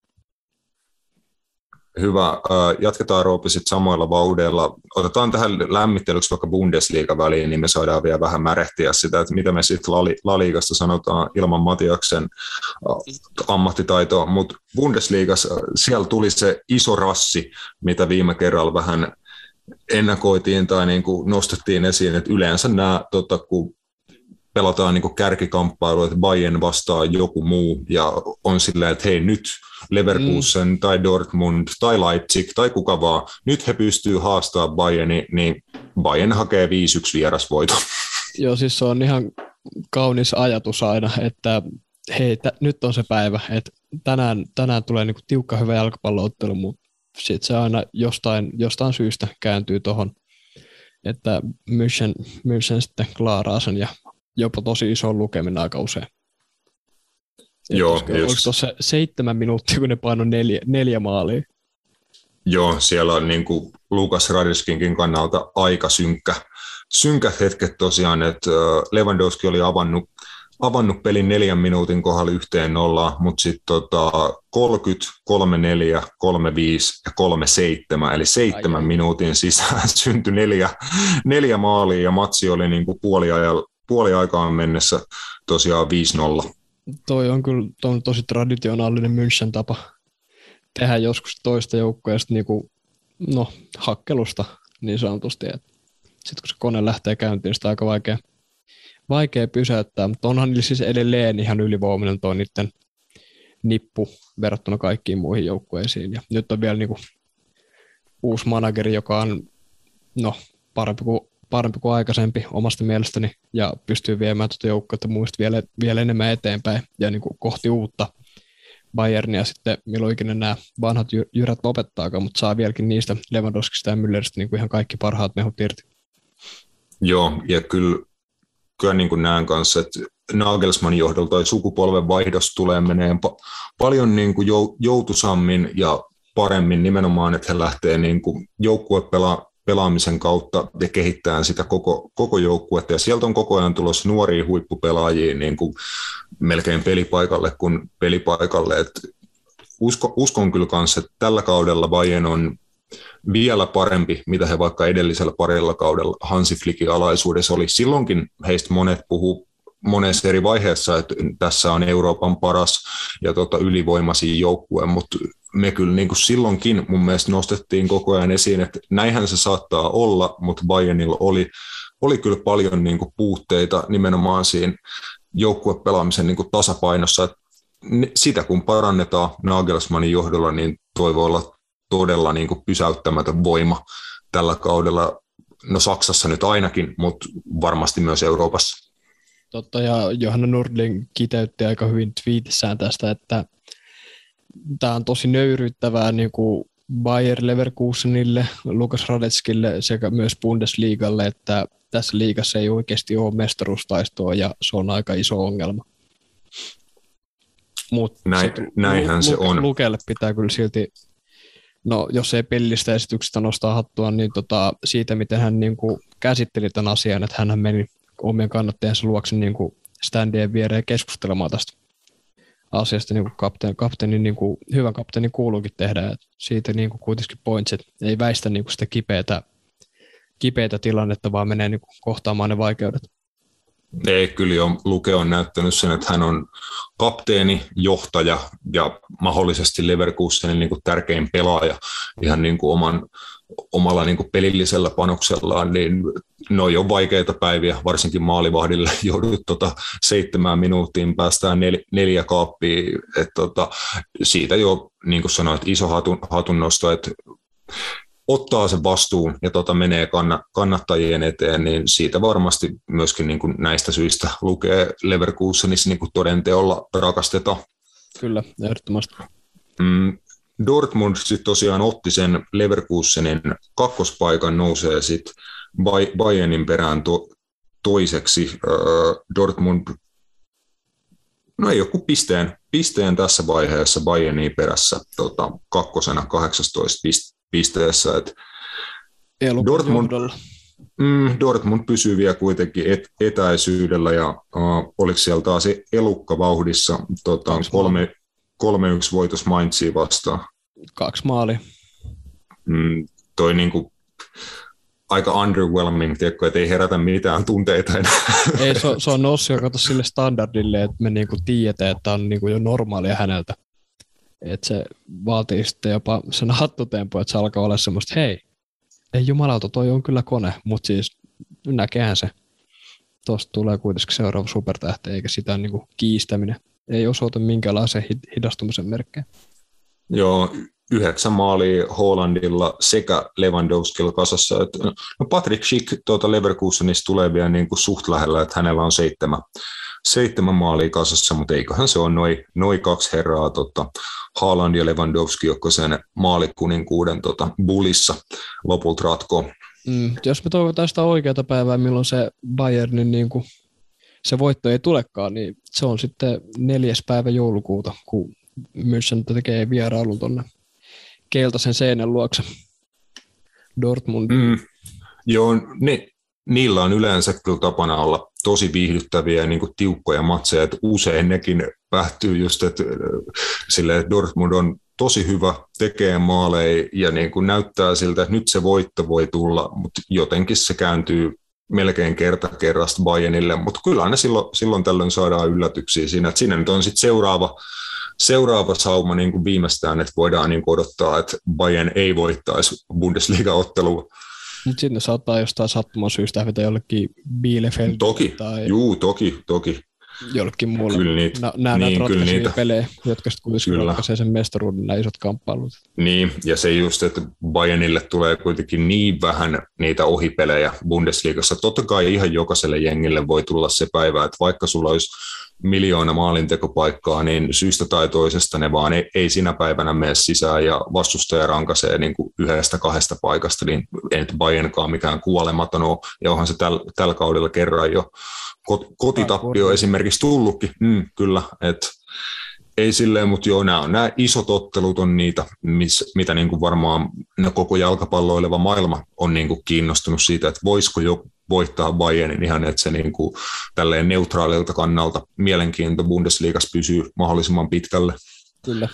Hyvä. Jatketaan Roopi sitten samoilla vauhdeilla. Otetaan tähän lämmittelyksi vaikka Bundesliga väliin, niin me saadaan vielä vähän märehtiä sitä, että mitä me sitten La Ligasta sanotaan ilman Matiaksen ammattitaitoa. Mutta Bundesligassa siellä tuli se iso rassi, mitä viime kerralla vähän ennakoitiin tai niin kuin nostettiin esiin, että yleensä nämä, kun pelataan niin kuin kärkikamppailu, että Bayern vastaa joku muu ja on silleen, että hei nyt Leverkusen tai Dortmund tai Leipzig tai kuka vaan, nyt he pystyy haastamaan Bayerni, niin Bayern hakee 5-1 vierasvoiton. Joo, siis se on ihan kaunis ajatus aina, että hei, nyt on se päivä, että tänään tulee niinku tiukka hyvä jalkapalloottelu, mutta sitten se aina jostain syystä kääntyy tuohon, että München sitten klaaraa sen ja jopa tosi iso lukeminen aika usein. Joo, oliko tuossa 7 minuuttia, kun ne painoi 4 maalia? Joo, siellä on niin kuin Lukas Radiskinkin kannalta aika synkät hetket tosiaan, että Lewandowski oli avannut pelin 4 minuutin kohdalla 1-0, mutta sitten 30, 3-4, 3-5 ja 3-7, eli 7 minuutin sisään syntyi 4 maalia ja matsi oli niin kuin puoliaikaan mennessä tosiaan 5-0. Toi on kyllä tosi traditionaalinen München tapa tehdä joskus toista joukkueesta niinku, hakkelusta niin sanotusti. Sitten kun se kone lähtee käyntiin, niin sitä on aika vaikea pysäyttää, mutta onhan niillä siis edelleen ihan ylivoimainen tuo niiden nippu verrattuna kaikkiin muihin joukkueisiin. Ja nyt on vielä niinku uusi manageri, joka on parempi kuin aikaisempi omasta mielestäni ja pystyy viemään tuota joukkuetta muista vielä enemmän eteenpäin ja niin kuin kohti uutta Bayernia sitten milloin ikinä nämä vanhat jyrät lopettaakaan, mutta saa vieläkin niistä Lewandowskista ja Mülleristä niin kuin ihan kaikki parhaat mehut irti. Joo, ja kyllä niin kuin näen kanssa, että Nagelsmannin johdolla toi sukupolven vaihdos tulee meneen paljon niin kuin joutuisammin ja paremmin nimenomaan, että he lähtee niin kuin pelaamisen kautta ja kehittää sitä koko joukkuetta. Ja sieltä on koko ajan tulossa nuoria huippupelaajia niin kuin melkein pelipaikalle kuin pelipaikalle. Et uskon kyllä kanssa, että tällä kaudella Bayern on vielä parempi, mitä he vaikka edellisellä parilla kaudella Hansi Flickin alaisuudessa oli. Silloinkin heistä monet puhuu monessa eri vaiheessa, että tässä on Euroopan paras ja ylivoimaisin joukkue, mutta me kyllä niin kuin silloinkin mun mielestä nostettiin koko ajan esiin, että näinhän se saattaa olla, mutta Bayernilla oli kyllä paljon niin kuin puutteita nimenomaan siinä joukkuepelaamisen niin kuin tasapainossa. Sitä kun parannetaan Nagelsmannin johdolla, niin toi voi olla todella niin kuin pysäyttämätön voima tällä kaudella. No Saksassa nyt ainakin, mutta varmasti myös Euroopassa. Totta, ja Johanna Nordling kiteytti aika hyvin twiitissään tästä, että tämä on tosi nöyryyttävää niin kuin Bayer Leverkusenille, Lukas Radetskille sekä myös Bundesligalle, että tässä liigassa ei oikeasti ole mestaruustaistoa ja se on aika iso ongelma. Näinhän se on. Lukelle pitää kyllä silti, jos ei pelillistä esityksestä nostaa hattua, niin siitä miten hän niin kuin käsitteli tämän asian, että hän meni omien kannattajansa luokse niin kuin standien viereen keskustelemaan tästä asiasta, niin kuin kapteenin, niin kuin hyvän kapteenin kuuluukin tehdä. Et siitä niin kuin kuitenkin pointsit ei väistä niin kuin sitä kipeätä tilannetta, vaan menee niin kuin kohtaamaan ne vaikeudet. Ei, kyllä jo Luke on näyttänyt sen, että hän on kapteeni, johtaja ja mahdollisesti Leverkusenin niin kuin tärkein pelaaja ihan niin kuin omalla niin kuin pelillisellä panoksellaan, niin ne on vaikeita päiviä, varsinkin maalivahdille joudut 7 minuuttiin päästään 4 kaappia, että siitä jo niin kuin sanoit, iso hatunnosto, että ottaa sen vastuun ja menee kannattajien eteen, niin siitä varmasti myöskin niin kuin näistä syistä lukee Leverkusenissa niin kuin todenteolla rakastetaan. Kyllä, ehdottomasti. Dortmund sitten tosiaan otti sen Leverkusenin kakkospaikan, nousee sitten Bayernin perään toiseksi. Dortmund, no ei ole kuin pisteen tässä vaiheessa Bayernin perässä kakkosena 18 pisteessä. Dortmund pysyy vielä kuitenkin etäisyydellä ja oliko siellä taas elukka vauhdissa 3-1 voitos Mainzia vastaan. 2 maalia. Toi niinku aika underwhelming, tiedätkö, että ei herätä mitään tunteita enää. Ei, se on noussut jo sille standardille, että me niinku tiedetään, että on niinku jo normaalia häneltä. Että se vaatii sitten jopa sen hattutempo, että se alkaa olla semmoista, hei, ei jumalauta, toi on kyllä kone, mutta siis näkehän se. Tuosta tulee kuitenkin seuraava supertähti, eikä sitä niinku kiistäminen. Ei osoita minkäänlaisen hidastumisen merkkejä. Joo, 9 maalia Haalandilla sekä Lewandowskilla kasassa. No Patrick Schick Leverkusenista tulee vielä niin kuin suht lähellä, että hänellä on 7 maalia kasassa, mutta eiköhän se ole noin 2 herraa Haaland ja Lewandowski, jotka sen maalikuninkuuden Bullissa lopulta ratkoo. Jos me toivotaan sitä oikeaa päivää, milloin se Bayernin niin kuin se voitto ei tulekaan, niin se on sitten 4. päivä joulukuuta, kun München tekee vierailun tuonne keltaisen seinän luokse Dortmund. Joo, niillä on yleensä kyllä tapana olla tosi viihdyttäviä ja niin kuin tiukkoja matseja, että usein nekin päättyy just, että Dortmund on tosi hyvä, tekee maaleja ja niin kuin näyttää siltä, että nyt se voitto voi tulla, mutta jotenkin se kääntyy melkein kerta kerrasta Bayernille, mutta kyllä aina silloin tällöin saadaan yllätyksiä siinä, että siinä nyt on sitten seuraava sauma niin kuin viimeistään, että voidaan niin kuin odottaa, että Bayern ei voittaisi Bundesliga-ottelua. Mutta sitten saattaa jostain sattuman syystä hävitä jollekin Bielefeld tai toki. Jollekin muulle. Kyllä niitä. Nämä ratkaisevia pelejä, jotka sitten kuitenkin ratkaisee sen mestaruuden, nämä isot kamppailut. Niin, ja se just, että Bayernille tulee kuitenkin niin vähän niitä ohipelejä Bundesliigassa. Totta kai ihan jokaiselle jengille voi tulla se päivä, että vaikka sulla olisi 1 000 000 maalintekopaikkaa, niin syystä tai toisesta ne vaan ei sinä päivänä mene sisään ja vastustaja rankaisee niin kuin 1-2 paikasta, niin ei nyt Bayernkaan mikään kuolematon ole, ja onhan se tällä kaudella kerran jo kotitappio esimerkiksi tullutkin, kyllä, että ei silleen, mutta joo, nämä isot ottelut on niitä, mitä niin kuin varmaan koko jalkapalloileva maailma on niin kuin kiinnostunut siitä, että voisiko jo voittaa Bayernin ihan, että se niin kuin tälleen neutraalilta kannalta mielenkiinto Bundesliigassa pysyy mahdollisimman pitkälle. Kyllä.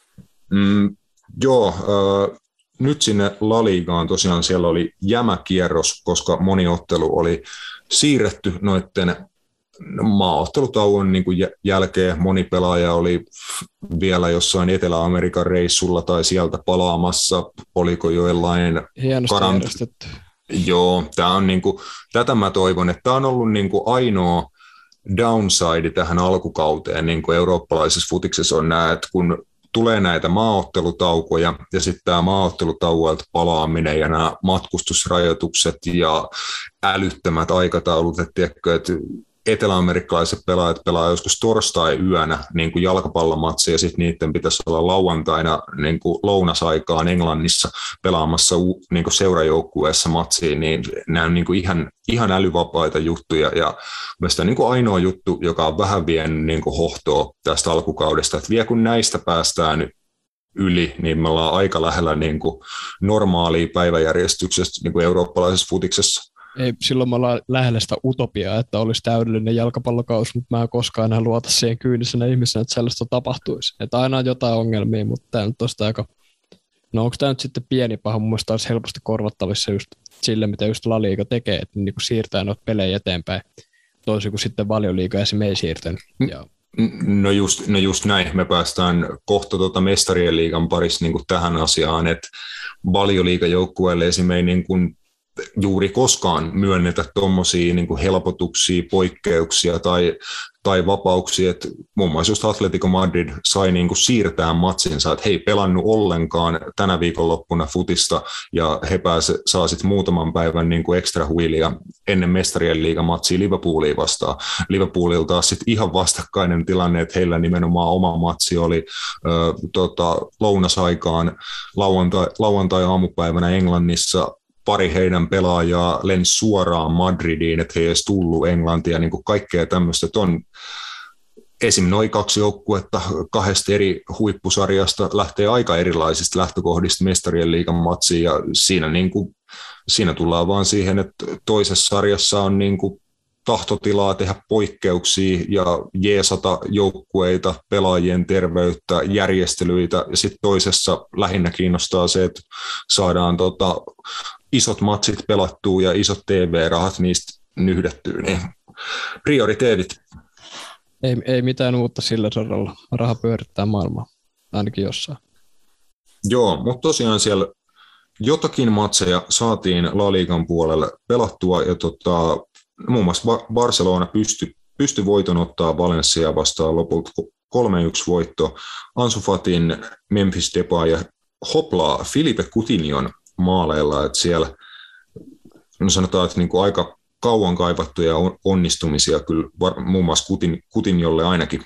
Nyt sinne La Ligaan tosiaan siellä oli jämäkierros, koska moni ottelu oli siirretty noitten maaottelutauon niin kuin jälkeen. Moni pelaaja oli vielä jossain Etelä-Amerikan reissulla tai sieltä palaamassa. Oliko jollain järjestetty. Joo, tämä on niin kuin, tätä mä toivon, että tämä on ollut niin kuin ainoa downside tähän alkukauteen niin kuin eurooppalaisessa futiksessa on nämä, että kun tulee näitä maaottelutaukoja ja sitten tämä maaottelutauolta palaaminen ja nämä matkustusrajoitukset ja älyttömät aikataulut, että tiedätkö, että eteläamerikkalaiset pelaajat pelaa joskus torstai-yönä niin kuin jalkapallomatsia ja sitten niiden pitäisi olla lauantaina niin kuin lounasaikaan Englannissa pelaamassa niin kuin seurajoukkueessa matsiin, niin nämä on niin kuin ihan älyvapaita juttuja ja mielestäni niin kuin ainoa juttu, joka on vähän vienyt niin kuin hohtoa tästä alkukaudesta, että vielä kun näistä päästään yli, niin me ollaan aika lähellä niin kuin normaalia päiväjärjestyksestä niin kuin eurooppalaisessa futiksessa. Ei, silloin me ollaan lähellä sitä utopiaa, että olisi täydellinen jalkapallokausi, mutta mä en koskaan enää luota siihen kyynisenä ihmisenä, että sellaista tapahtuisi. Että aina on jotain ongelmia, mutta tämä nyt on aika... No onko tämä nyt sitten pieni paha? Mun mielestä olisi helposti korvattavissa just sille, mitä just La Liga tekee, että niin siirtää noita pelejä eteenpäin, toisin kuin sitten Valioliiga esimerkiksi ei siirtänyt. No just näin. Me päästään kohta Mestarien liigan parissa niin kuin tähän asiaan, että Valioliigan joukkueelle esimerkiksi niin kuin juuri koskaan myönnetä tuommoisia niin kuin helpotuksia, poikkeuksia tai vapauksia, että muun muassa just Atletico Madrid sai niin kuin siirtää matsinsa, että he ei pelannut ollenkaan tänä viikonloppuna futista, ja he saa sitten muutaman päivän niin kuin extra huilia ennen mestarien liigamatsia Liverpoolia vastaan. Liverpoolilla taas sitten ihan vastakkainen tilanne, että heillä nimenomaan oma matsi oli lounasaikaan lauantai-aamupäivänä Englannissa. Pari heidän pelaajaa lensi suoraan Madridiin, että he ei edes tullut Englantia, niin kuin kaikkea tämmöistä, että on esim. Noin 2 joukkuetta 2 eri huippusarjasta lähtee aika erilaisista lähtökohdista mestarien liigan matsiin, ja siinä tullaan vaan siihen, että toisessa sarjassa on niin kuin tahtotilaa tehdä poikkeuksia ja jeesata joukkueita, pelaajien terveyttä, järjestelyitä, ja sitten toisessa lähinnä kiinnostaa se, että saadaan isot matsit pelattua ja isot TV-rahat niistä nyhdettyä, niin prioriteetit. Ei mitään uutta sillä saralla. Raha pyörittää maailmaa, ainakin jossain. Joo, mutta tosiaan siellä jotakin matseja saatiin La Ligan puolelle pelattua, ja muun muassa Barcelona pystyi voiton ottaa Valencia vastaan lopulta 3-1 voitto. Ansu Fatin, Memphis Depay ja hoplaa Filipe Coutinhon maaleilla, että siellä sanotaan, että niin kuin aika kauan kaivattuja onnistumisia kyllä muun muassa Coutinholle ainakin.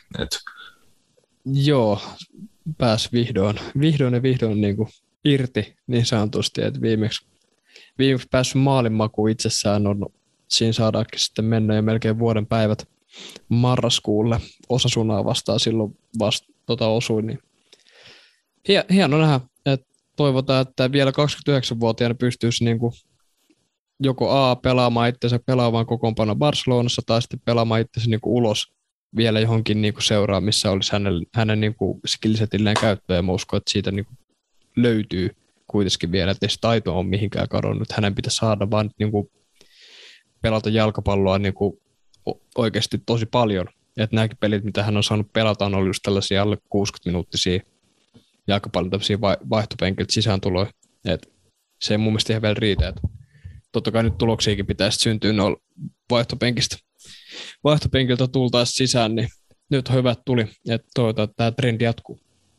Joo, pääsi vihdoin niin kuin irti niin sanotusti, että viimeksi päässyt maalinmakuun itsessään on, siinä saadaankin sitten mennä jo melkein vuoden päivät marraskuulle. Osasunaa vastaan silloin osui, niin hieno nähdä, että toivotaan, että vielä 29-vuotiaana pystyisi niin kuin joko pelaamaan itsensä pelaavan kokoonpano Barcelonassa tai sitten pelaamaan itsensä niin kuin ulos vielä johonkin niin kuin seuraan, missä olisi hänen niin kuin skillsetilleen käyttöä, ja mä uskon, että siitä niin kuin löytyy kuitenkin vielä, että ei se taito ole mihinkään kadonnut. Hänen pitäisi saada vaan niin kuin pelata jalkapalloa niin kuin oikeasti tosi paljon. Että nämäkin pelit, mitä hän on saanut pelata, on ollut just tällaisia alle 60-minuuttisia jalkapallon tämmöisiä vaihtopenkiltä sisääntuloja. Että se ei mun mielestä ihan vielä riitä. Että totta kai nyt tuloksiakin pitäisi syntyä noilla vaihtopenkiltä tultaisiin sisään, niin nyt on hyvä, että tuli. Että toivotaan, että tämä trendi jatkuu.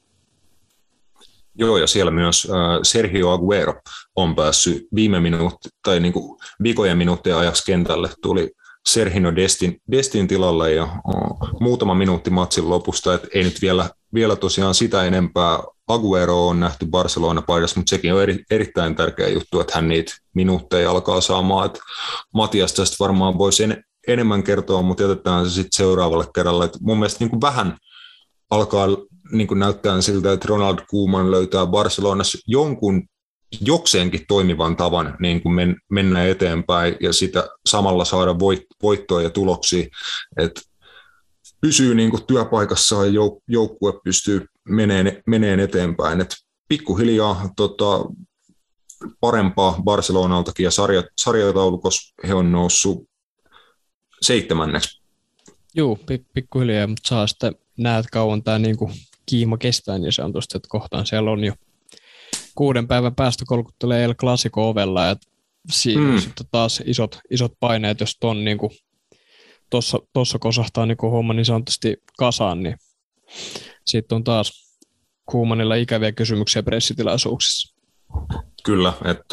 Joo, ja siellä myös Sergio Aguero on päässyt viikojen minuuttien ajaksi kentälle. Tuli Sergio Destin tilalle ja muutama minuutti matsin lopusta. Et ei nyt vielä tosiaan sitä enempää Aguero on nähty Barcelona-paidassa, mutta sekin on erittäin tärkeä juttu, että hän niitä minuutteja alkaa saamaan. Et Matias tästä varmaan voisi enemmän kertoa, mutta jätetään se sitten seuraavalle kerralle. Et mun mielestä niin kuin vähän alkaa niin kuin näyttää siltä, että Ronald Koeman löytää Barcelonassa jonkun jokseenkin toimivan tavan niin kuin mennä eteenpäin ja sitä samalla saada voittoa ja tuloksia, että pysyy niin kuin työpaikassaan ja joukkue pystyy meneen eteenpäin. Et pikkuhiljaa parempaa Barcelonaltakin, ja sarjataulukossa he on noussut 7. Joo, pikkuhiljaa, mutta saa sitten näet kauan tämä niinku kiima kestää, niin se on tuosta, että kohtaan siellä on jo 6 päivän päästä kolkuttelee El Clasico ovella, että siinä sitten taas isot paineet, jos ton niinku tuossa kosahtaa niinku homma niin sanotusti kasaan, niin sitten on taas Koemanilla ikäviä kysymyksiä pressitilaisuuksissa. Kyllä, että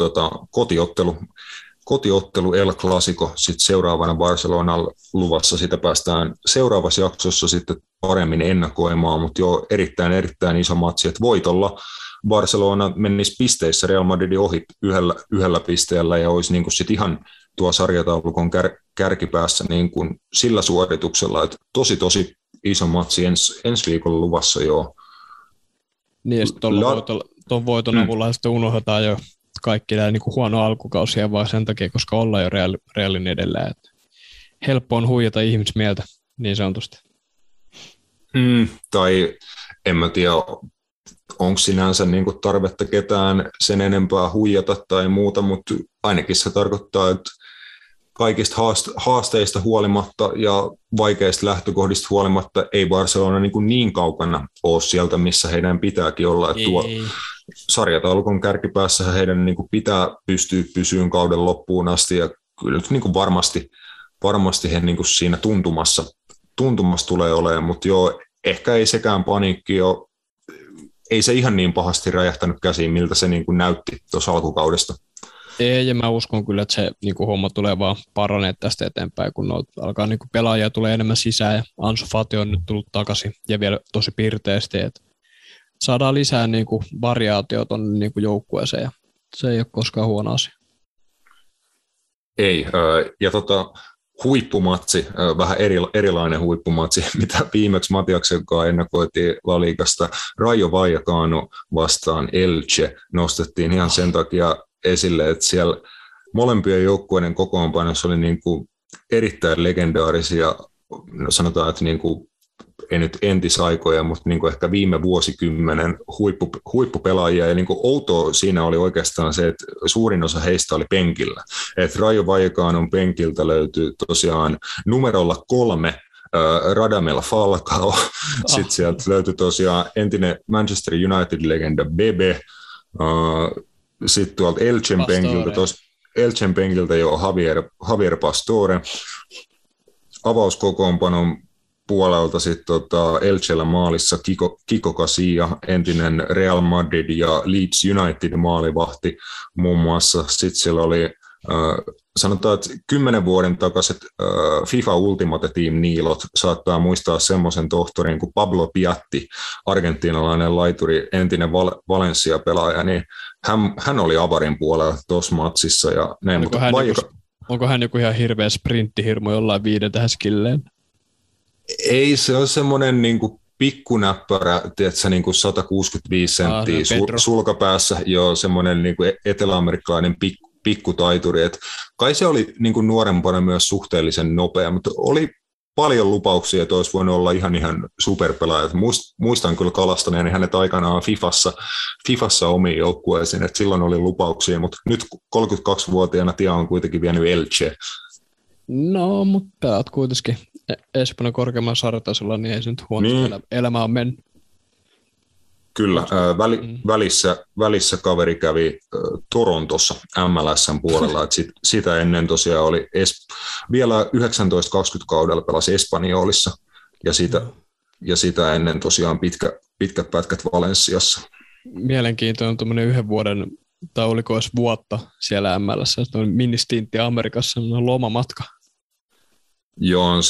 kotiottelu El Clasico sitten seuraavana Barcelonan luvassa, sitä päästään seuraavassa jaksossa sitten paremmin ennakoimaan, mutta jo erittäin iso matsi, että voitolla Barcelona menisi pisteissä Real Madridin ohi yhdellä pisteellä ja olisi niin kuin sit ihan tuo sarjataulukon kärkipäässä niin kuin sillä suorituksella, että tosi iso matsi ensi viikolla luvassa jo. Niin, ja tuon voiton avulla sitten unohdetaan jo kaikki nämä niin kuin huono alkukausia vaan sen takia, koska ollaan jo Realin edellä. Että helppo on huijata ihmismieltä, niin sanotusti. Tai en mä tiedä, onko sinänsä niin kuin tarvetta ketään sen enempää huijata tai muuta, mutta ainakin se tarkoittaa, että kaikista haasteista huolimatta ja vaikeista lähtökohdista huolimatta ei Barcelona niin kaukana ole sieltä, missä heidän pitääkin olla. sarjataulukon kärkipäässä heidän niin kuin pitää pystyä pysyyn kauden loppuun asti, ja kyllä nyt niin kuin varmasti he niin kuin siinä tuntumassa tulee olemaan, mutta joo, ehkä ei sekään paniikki ole, ei se ihan niin pahasti räjähtänyt käsiin, miltä se niin kuin näytti tuossa alkukaudesta. Ei, ja mä uskon kyllä, että se niin kuin homma tulee vaan paranee tästä eteenpäin, kun alkaa niin kuin pelaajia tulee enemmän sisään, ja Ansu Fati on nyt tullut takaisin, ja vielä tosi pirteästi, että saadaan lisää niin kuin variaatio tuonne niin kuin joukkueeseen, ja se ei ole koskaan huono asia. Ei, ja huippumatsi, vähän erilainen huippumatsi, mitä viimeksi Matiaksen kanssa ennakoitiin La Ligasta. Rayo Vallecano vastaan Elche nostettiin ihan sen takia esille, että siellä molempien joukkueiden kokoonpanossa oli niin kuin erittäin legendaarisia, no sanotaan, että niin kuin, ei nyt entisaikoja, mutta niin kuin ehkä viime vuosikymmenen huippupelaajia. Ja niin kuin outoa siinä oli oikeastaan se, että suurin osa heistä oli penkillä. Et Rayo Vallecanon penkiltä löytyy tosiaan numerolla 3 Radamel Falcao. Sitten sieltä löytyi tosiaan entinen Manchester United-legenda Bebe. Sitten tuolta Elchen penkiltä jo Javier Pastore. Avauskokoonpanon puolelta sitten Elchellä maalissa Kiko Casilla, entinen Real Madrid ja Leeds United maalivahti muun muassa. Sitten siellä oli, sanotaan, että 10 vuoden takaiset FIFA Ultimate Team niilot saattaa muistaa semmoisen tohtorin kuin Pablo Piatti, argentiinalainen laituri, entinen Valencia-pelaaja, niin hän oli avarin puolella tuossa matsissa. Ja näin, onko hän joku ihan hirveä sprinttihirmo jollain 5 skilleen? Ei, se on semmoinen niin kuin pikkunäppärä, tiedätkö, niin kuin 165 senttiä sulkapäässä, jo semmoinen niin kuin eteläamerikkalainen pikkutaituri. Et kai se oli niin kuin nuorempana myös suhteellisen nopea, mutta oli paljon lupauksia, että olisi voinut olla ihan superpelaaja. Muistan kyllä kalastaneeni hänet aikanaan Fifassa omiin joukkueisiin, että silloin oli lupauksia, mutta nyt 32-vuotiaana Tia on kuitenkin vienyt Elche. No, mutta pelaat kuitenkin Espanjan korkeammalla sarjatasolla, niin ei se nyt huonosti elämä on mennyt. Kyllä, välissä kaveri kävi Torontossa MLS:n puolella, että sitä ennen tosiaan oli vielä 19-20 kaudella pelasi Espanjolissa ja sitä ennen tosiaan pitkät pätkät Valensiassa. Mielenkiintoinen tuommoinen 1 vuoden, tai oliko edes vuotta siellä MLS:ssä, ministintti Amerikassa, lomamatka. Joo,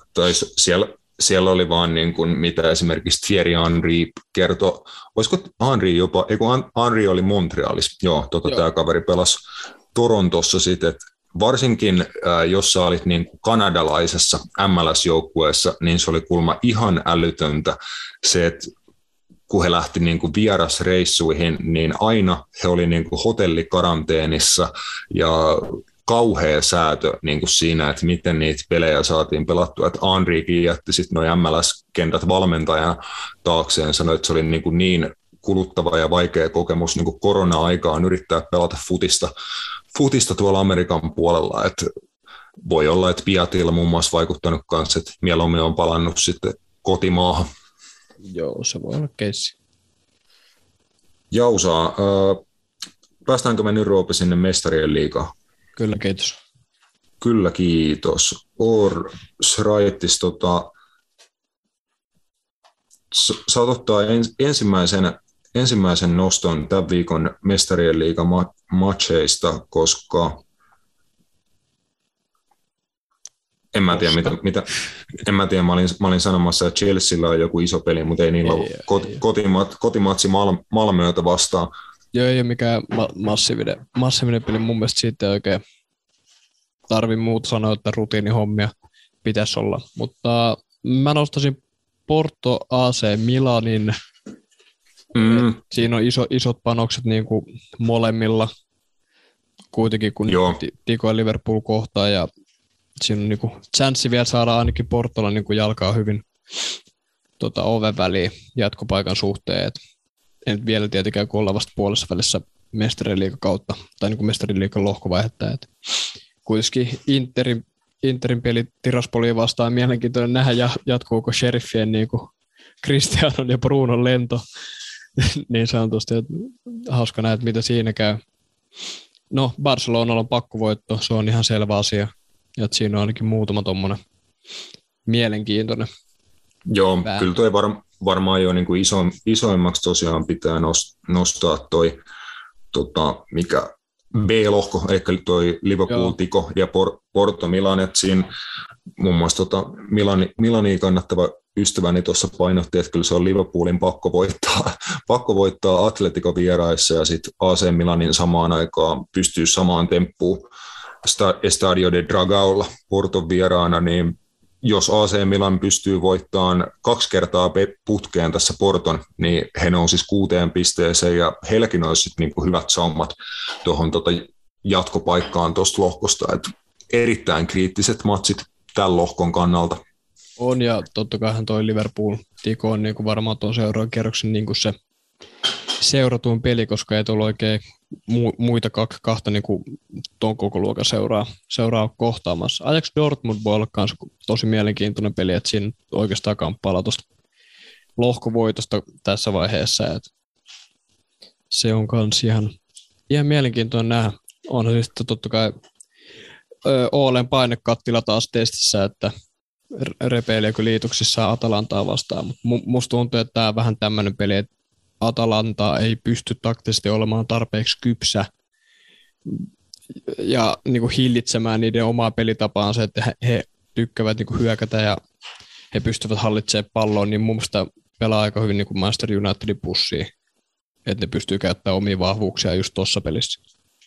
siellä oli vaan niin kuin, mitä esimerkiksi Thierry Henry kertoi, olisiko Henry jopa, Henry oli Montrealissa, joo. Tämä kaveri pelasi Torontossa sitten, että varsinkin jos sä olit niin kuin kanadalaisessa MLS-joukkueessa, niin se oli kulma ihan älytöntä se, että kun he lähti niin kuin vierasreissuihin, niin aina he oli niin kuin hotellikaranteenissa ja kauhea säätö niin kuin siinä, että miten niitä pelejä saatiin pelattua. Että Henrikin jätti sitten nuo MLS-kentät valmentajan taakseen, sanoi, että se oli niin kuluttava ja vaikea kokemus niin kuin korona-aikaan yrittää pelata futista tuolla Amerikan puolella. Että voi olla, että Piatilla muun muassa vaikuttanut kanssa, että mieluummin on palannut sitten kotimaahan. Joo, se voi olla keissi. Jausaa, päästäänkö me nyt Roope sinne mestarien liigaan? Kyllä, kiitos. Kyllä, kiitos. Sraitis, saat ottaa ensimmäisen noston tämän viikon mestarien liigan matcheista, koska en mä tiedä, mä olin sanomassa, että Chelsealla on joku iso peli, mutta ei niillä ole kotimatsi Malmöötä vastaan. Joo, ei ole mikään massiivinen peli. Mun mielestä siitä ei oikein tarvitse muuta sanoa, että rutiinihommia pitäisi olla. Mutta mä nostaisin Porto AC Milanin. Siinä on isot panokset niin kuin molemmilla. Kuitenkin kun Tiko ja Liverpool kohtaa. Ja siinä on niin kuin chanssi vielä saada ainakin Portolla niin kuin jalkaa hyvin oven väliin jatkopaikan suhteen. En vielä tietenkään, kun ollaan vasta puolessa välissä mestariliigan kautta, tai niin kuin mestariliigan lohkovaihetta. Kuitenkin Interin peli Tiraspoliin vastaan mielenkiintoinen nähdä, jatkuuko Sheriffien niin kuin Cristianon ja Brunon lento niin sanotusti, että hauska nähdä, mitä siinä käy. No, Barcelonalla on pakkovoitto, se on ihan selvä asia. Ja että siinä on ainakin muutama tommonen mielenkiintoinen. Joo, kyllä toi varmaan jo niin kuin isoimmaksi tosiaan pitää nostaa toi mikä B-lohko, eli toi Liverpool, Tiko ja Porto Milan, että siinä muun muassa Milania kannattava ystäväni tuossa painotti, että kyllä se on Liverpoolin pakko voittaa Atletico vieraissa ja sitten AC Milanin samaan aikaan pystyy samaan temppuun Estadio de Dragaolla Porton vieraana, niin jos AC Milan pystyy voittamaan 2 kertaa putkeen tässä Porton, niin he nousisi 6 pisteeseen ja heilläkin olisi niin kuin hyvät saumat tuohon jatkopaikkaan tuosta lohkosta. Et erittäin kriittiset matsit tämän lohkon kannalta. On, ja totta kaihan toi Liverpool-Tiko on niin kuin varmaan tuon seuraavan kerroksen niin kuin se seuratuin peli, koska ei tullut oikein muita kahta niin kuin tuon koko luokan seuraa kohtaamassa. Ajax Dortmund voi olla myös tosi mielenkiintoinen peli, että siinä oikeastaan kamppailla tuosta lohkovoitosta tässä vaiheessa. Että se on myös ihan mielenkiintoinen nähdä. Onhan siis totta kai Oolen painekattila taas testissä, että repeileekö liitoksissa Atalantaa vastaan, mutta musta tuntuu, että tämä on vähän tämmöinen peli, että Atalanta ei pysty taktisesti olemaan tarpeeksi kypsä ja niin kuin hillitsemään niiden omaa pelitapaansa, että he tykkäävät niin kuin hyökätä ja he pystyvät hallitsemaan palloa, niin mun mielestä pelaa aika hyvin niin kuin Manchester Unitedin pussiin, että ne pystyy käyttämään omia vahvuuksia just tuossa pelissä.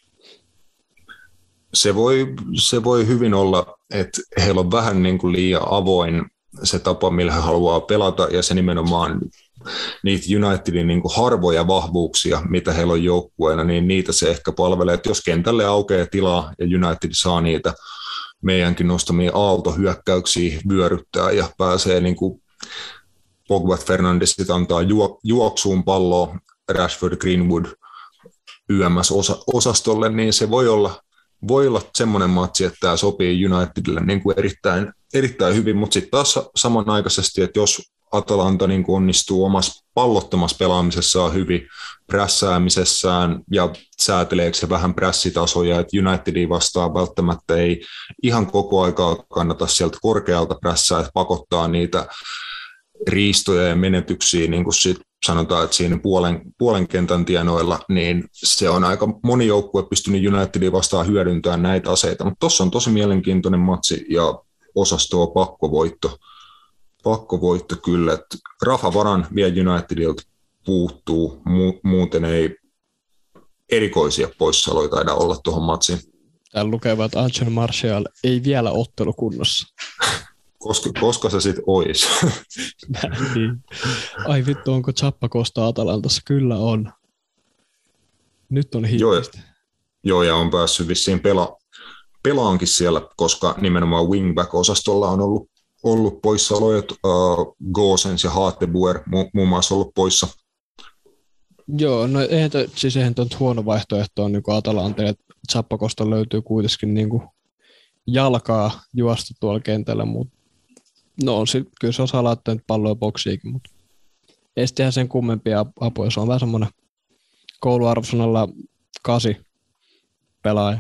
Se voi hyvin olla, että heillä on vähän niin kuin liian avoin se tapa, millä he haluaa pelata, ja se nimenomaan niitä Unitedin niin kuin harvoja vahvuuksia, mitä heillä on joukkueena, niin niitä se ehkä palvelee, että jos kentälle aukeaa tilaa ja United saa niitä meidänkin nostamia aaltohyökkäyksiä vyöryttää ja pääsee niin kuin Pogba Fernandes antaa juoksuun palloa Rashford, Greenwood, YMS-osastolle, niin se voi olla semmoinen matsi, että tämä sopii Unitedille niin kuin erittäin hyvin, mutta sitten taas samanaikaisesti, että jos Atalanta niin kuin onnistuu omassa pallottomassa pelaamisessaan hyvin, prässäämisessään ja sääteleekö se vähän prässitasoja, että Unitedia vastaan välttämättä ei ihan koko aikaa kannata sieltä korkealta prässää, että pakottaa niitä riistoja ja menetyksiä, niin kuin sit sanotaan, että siinä puolen kentän tienoilla, niin se on aika moni joukkue pystynyt Unitedia vastaan hyödyntämään näitä aseita, mutta tuossa on tosi mielenkiintoinen matsi ja osastoa pakkovoitto kyllä, että Rafa Varan vielä Unitedilta puuttuu, muuten ei erikoisia poissaoloja taida olla tuohon matsiin. Täällä lukevat Angel Martial ei vielä ottelukunnossa. Koska se sitten olisi? Niin. Ai vittu, onko Zappacosta Atalantassa? Kyllä on. Nyt on hittistä. Joo, ja on päässyt vissiin pelaankin siellä, koska nimenomaan wingback-osastolla on ollut poissaoloja. Gosens ja Hatebuer muun muassa ollut poissa. Joo, no eihän tuon huono vaihtoehto on niin Atalantalle, että Zappacosta löytyy kuitenkin niin kuin jalkaa juosta tuolla kentällä, mutta no kyllä se osaa laittaa nyt palloa boksiikin, mutta ei sitten tehdä sen kummempia apuja. Se on vähän semmoinen kouluarvosanalla 8 pelaaja.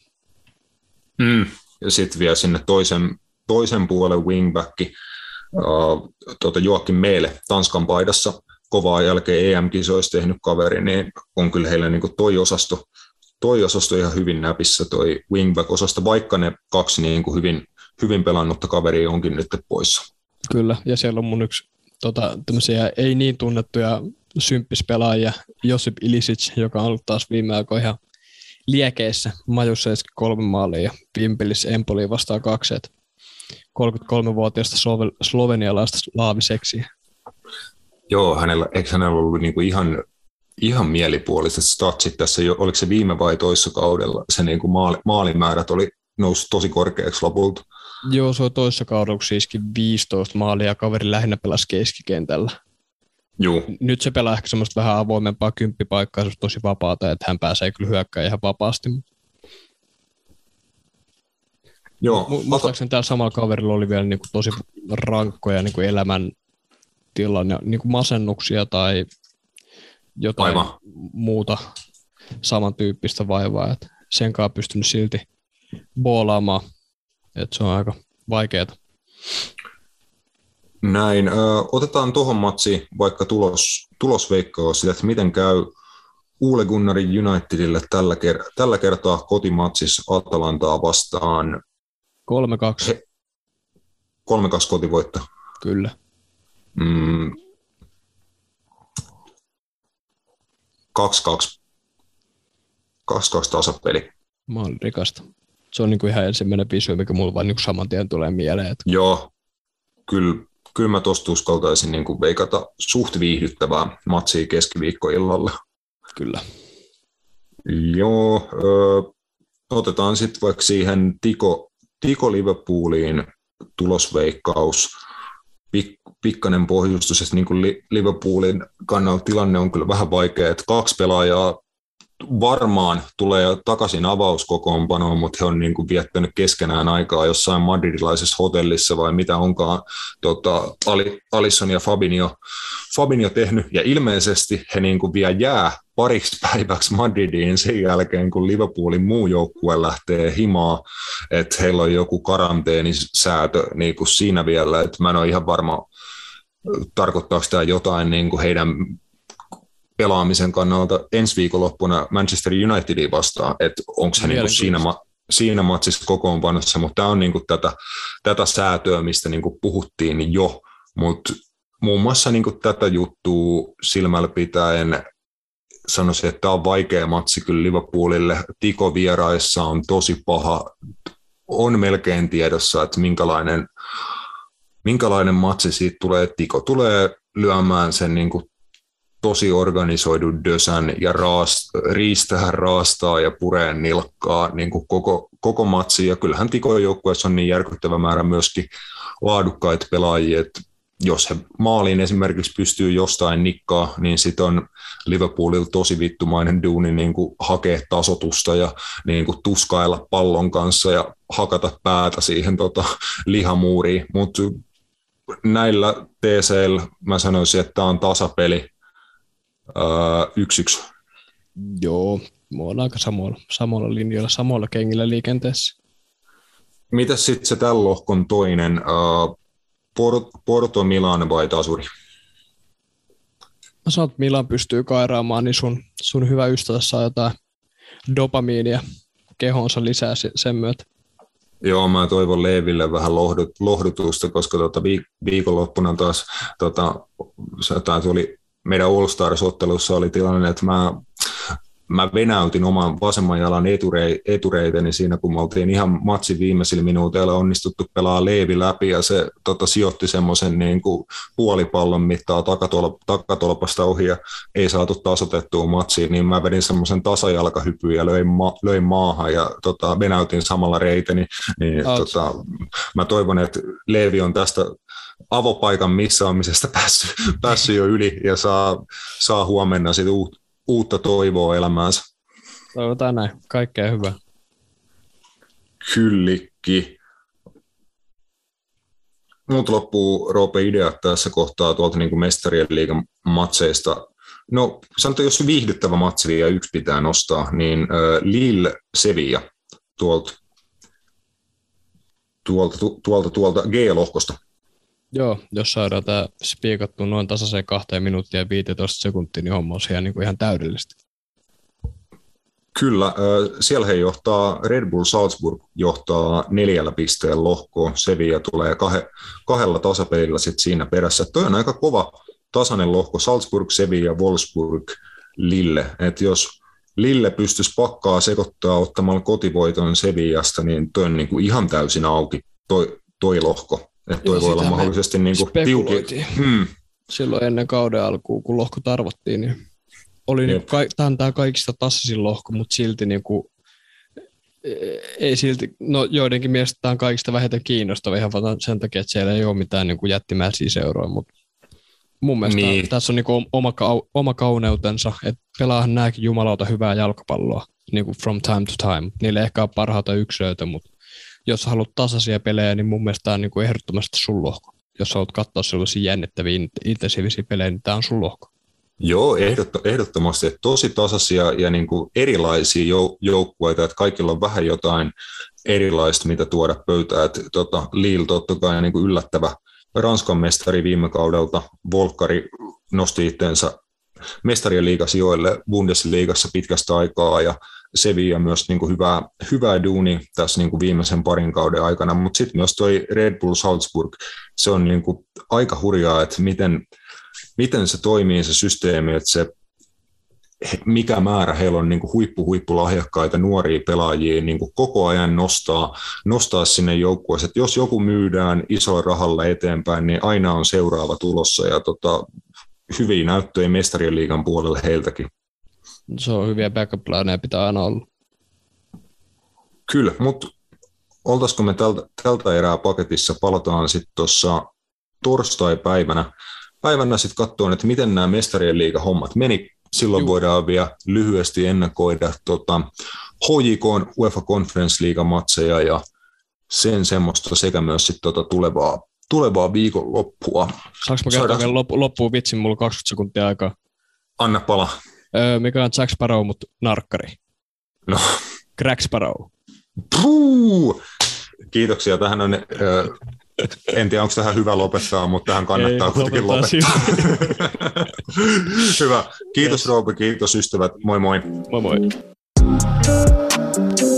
Ja sitten vielä sinne toisen puolen wingback, Joakim Meele Tanskan paidassa kovaa jälkeen EM-kisoista tehnyt kaveri, niin on kyllä heillä niin kuin toi osasto ihan hyvin näpissä, toi wingback-osasto, vaikka ne 2 niin kuin hyvin pelannutta kaveria onkin nyt poissa. Kyllä, ja siellä on mun yksi tämmöisiä ei niin tunnettuja symppispelaajia, Josip Ilicic, joka on ollut taas viime aikoina ihan liekeissä, majussa 3 maalia ja Pimpelissä Empoliin vastaan 2, 33-vuotiaasta slovenialaista slaaviseksiä. Joo, eikö hänellä ollut niinku ihan mielipuoliset statsit tässä, oliko se viime vai toissa kaudella, se niinku maalimäärät oli noussut tosi korkeaksi lopulta. Joo, se on toissa kaudella, siiskin 15 maalia ja kaveri lähinnä pelasi keskikentällä. Joo. Nyt se pelaa ehkä semmoista vähän avoimempaa kymppipaikkaa, se on tosi vapaata, että hän pääsee kyllä hyökkäämään ihan vapaasti. Joo. Muistaakseni täällä samalla kaverilla oli vielä niinku tosi rankkoja niinku elämäntilan ja niinku masennuksia tai jotain Aivan. muuta samantyyppistä vaivaa, että senkaan pystynyt silti boolaamaan, että se on aika vaikeaa. Näin. Otetaan tuohon matsiin vaikka tulosveikkaus sitä, että miten käy Ole Gunnar Unitedille tällä kertaa kotimatsissa Atalantaa vastaan. 3-2. 3-2 kotivoitto. Kyllä. 2-2. 2-2 tasapeli. Mä olen rikasta. Se on niinku ihan ensimmäinen visio, mikä mulla vaan niinku saman tien tulee mieleen. Että... Joo, kyllä mä tosta uskaltaisin niinku veikata suht viihdyttävää matsia keskiviikkoillalla. Kyllä. Joo, otetaan sitten vaikka siihen Tiko Liverpooliin tulosveikkaus. Pikkainen pohjustus, että niin Liverpoolin kannalta tilanne on kyllä vähän vaikea, että 2 pelaajaa varmaan tulee takaisin avauskokoonpanoon, mutta he on niin kuin viettänyt keskenään aikaa jossain madridilaisessa hotellissa vai mitä onkaan Alisson ja Fabinho tehnyt, ja ilmeisesti he niin kuin vielä jää pariksi päiväksi Madridiin sen jälkeen, kun Liverpoolin muu joukkue lähtee himaa, että heillä on joku karanteenisäätö niin kuin siinä vielä, että mä en ole ihan varma, tarkoittaako tämä jotain niin kuin heidän pelaamisen kannalta ensi viikonloppuna Manchester Unitedia vastaan, että onko he niin kuin siinä matsissa kokoonpanossa, mutta tämä on niin kuin tätä säätöä, mistä niin kuin puhuttiin jo, mutta muun muassa niin kuin tätä juttua silmällä pitäen sanoisin, että tämä on vaikea matsi kyllä Liverpoolille. Tiko vieraissa on tosi paha, on melkein tiedossa, että minkälainen matsi siitä tulee. Tiko tulee lyömään sen niin kuin tosi organisoidun dösän ja raastaa ja pureen nilkkaa niin kuin koko matsi. Ja kyllähän Tikon joukkueessa on niin järkyttävä määrä myöskin laadukkaita pelaajia, että jos he maaliin esimerkiksi pystyy jostain nikkaa, niin sitten on Liverpoolilla tosi vittumainen duuni niin kuin hakea tasotusta ja niin kuin tuskailla pallon kanssa ja hakata päätä siihen lihamuuriin. Mutta näillä TC:llä mä sanoisin, että tämä on tasapeli 1-1. Joo, mä oon aika samalla linjalla, samalla kengillä liikenteessä. Mitäs sitten se tämän lohkon toinen? Porto, Milan vai tasuri? Mä sanon, että Milan pystyy kairaamaan, niin sun hyvä ystävä saa jotain dopamiinia kehonsa lisää sen myötä. Joo, mä toivon Leeville vähän lohdutusta, koska viikonloppuna taas tuli meidän All Stars-ottelussa oli tilanne, että mä venäytin oman vasemman jalan etureiteni siinä, kun me oltiin ihan matsin viimeisillä minuuteilla onnistuttu pelaa Leevi läpi, ja se sijoitti semmoisen niin kuin puolipallon mittaa takatolpasta ohi, ja ei saatu tasoitettua matsiin, niin mä vedin semmoisen tasajalkahypyn ja löin maahan, ja venäytin samalla reiteni, niin mä toivon, että Leevi on tästä avopaikan missaamisesta päässyt jo yli, ja saa huomenna sitten uutta toivoa elämäänsä. Toivotaan näin. Kaikkea hyvää. Kyllikki. Mut loppuu Roope ideat tässä kohtaa tuolta niin kuin mestarien liigan matseista. No sanotaan, jos viihdyttävä matsi ja yksi pitää nostaa, niin Lille Sevilla tuolta G-lohkosta. Joo, jos saadaan tämä spiikattua noin tasaiseen 2 minuuttia ja 15 sekuntia, niin homma on ihan täydellistä. Kyllä, siellä he johtaa, Red Bull Salzburg johtaa 4 pisteen lohkoon, Sevilla tulee 2 tasapelillä sit siinä perässä. Toi on aika kova tasainen lohko, Salzburg, Sevilla, Wolfsburg, Lille. Et jos Lille pystyisi pakkaa sekoittaa ottamalla kotivoiton Sevillasta, niin toi on niinku ihan täysin auki toi lohko. Että toi voi olla mahdollisesti niinku tiukin. Silloin ennen kauden alkuun, kun lohko tarvottiin, niin oli tämä kaikista tassaisin lohko, mutta silti niinku, ei silti, no joidenkin mielestä tämä on kaikista vähiten kiinnostava ihan sen takia, että siellä ei ole mitään niinku jättimäisiä seuroja, mutta mun mielestä tässä on niinku oma kauneutensa, että pelaahan nämäkin jumalauta hyvää jalkapalloa niinku from time to time. Niillä ehkä on parhaita yksilöitä, mutta jos haluat tasaisia pelejä, niin mun mielestä tämä on niinku ehdottomasti sun lohko. Jos haluat katsoa sellaisia jännittäviä, intensiivisiä pelejä, niin tämä on sun lohko. Joo, ehdottomasti. Että tosi tasaisia ja niin kuin erilaisia joukkueita, että kaikilla on vähän jotain erilaista, mitä tuoda pöytään. Että Lille totta kai niin kuin yllättävä Ranskan mestari viime kaudelta. Volkkari nosti itseensä mestarien liigasijoille Bundesliigassa pitkästä aikaa ja Sevilla myös niin kuin hyvää duunia tässä niin kuin viimeisen parin kauden aikana, mutta sitten myös toi Red Bull Salzburg, se on niin kuin aika hurjaa, että miten se toimii se systeemi, että se mikä määrä heillä on niin kuin huippulahjakkaita nuoria pelaajia niin kuin koko ajan nostaa sinne joukkueeseen. Jos joku myydään isolla rahalla eteenpäin, niin aina on seuraava tulossa ja hyviä näyttöjä mestarien liigan puolelle heiltäkin. Se on hyviä backup-planeja, pitää aina olla. Kyllä, mutta oltaisiko me tältä erää paketissa, palataan sitten tuossa torstai-päivänä sitten katsoa, että miten nämä mestarien liigan hommat meni. Silloin voidaan vielä lyhyesti ennakoida HJK:n UEFA Conference Liigan matseja ja sen semmoista sekä myös sitten tulevaa viikonloppua. Saanko mä kertoa vielä loppuun vitsin, mulla on 20 sekuntia aikaa. Anna pala. Mikä on Jack Sparrow, mutta narkkari? No. Crack Sparrow. Puh! Kiitoksia. Tähän on, en tiedä onko tähän hyvä lopettaa, mutta tähän kannattaa kuitenkin lopettaa. Hyvä. Kiitos Roope, kiitos ystävät. Moi moi. Moi moi.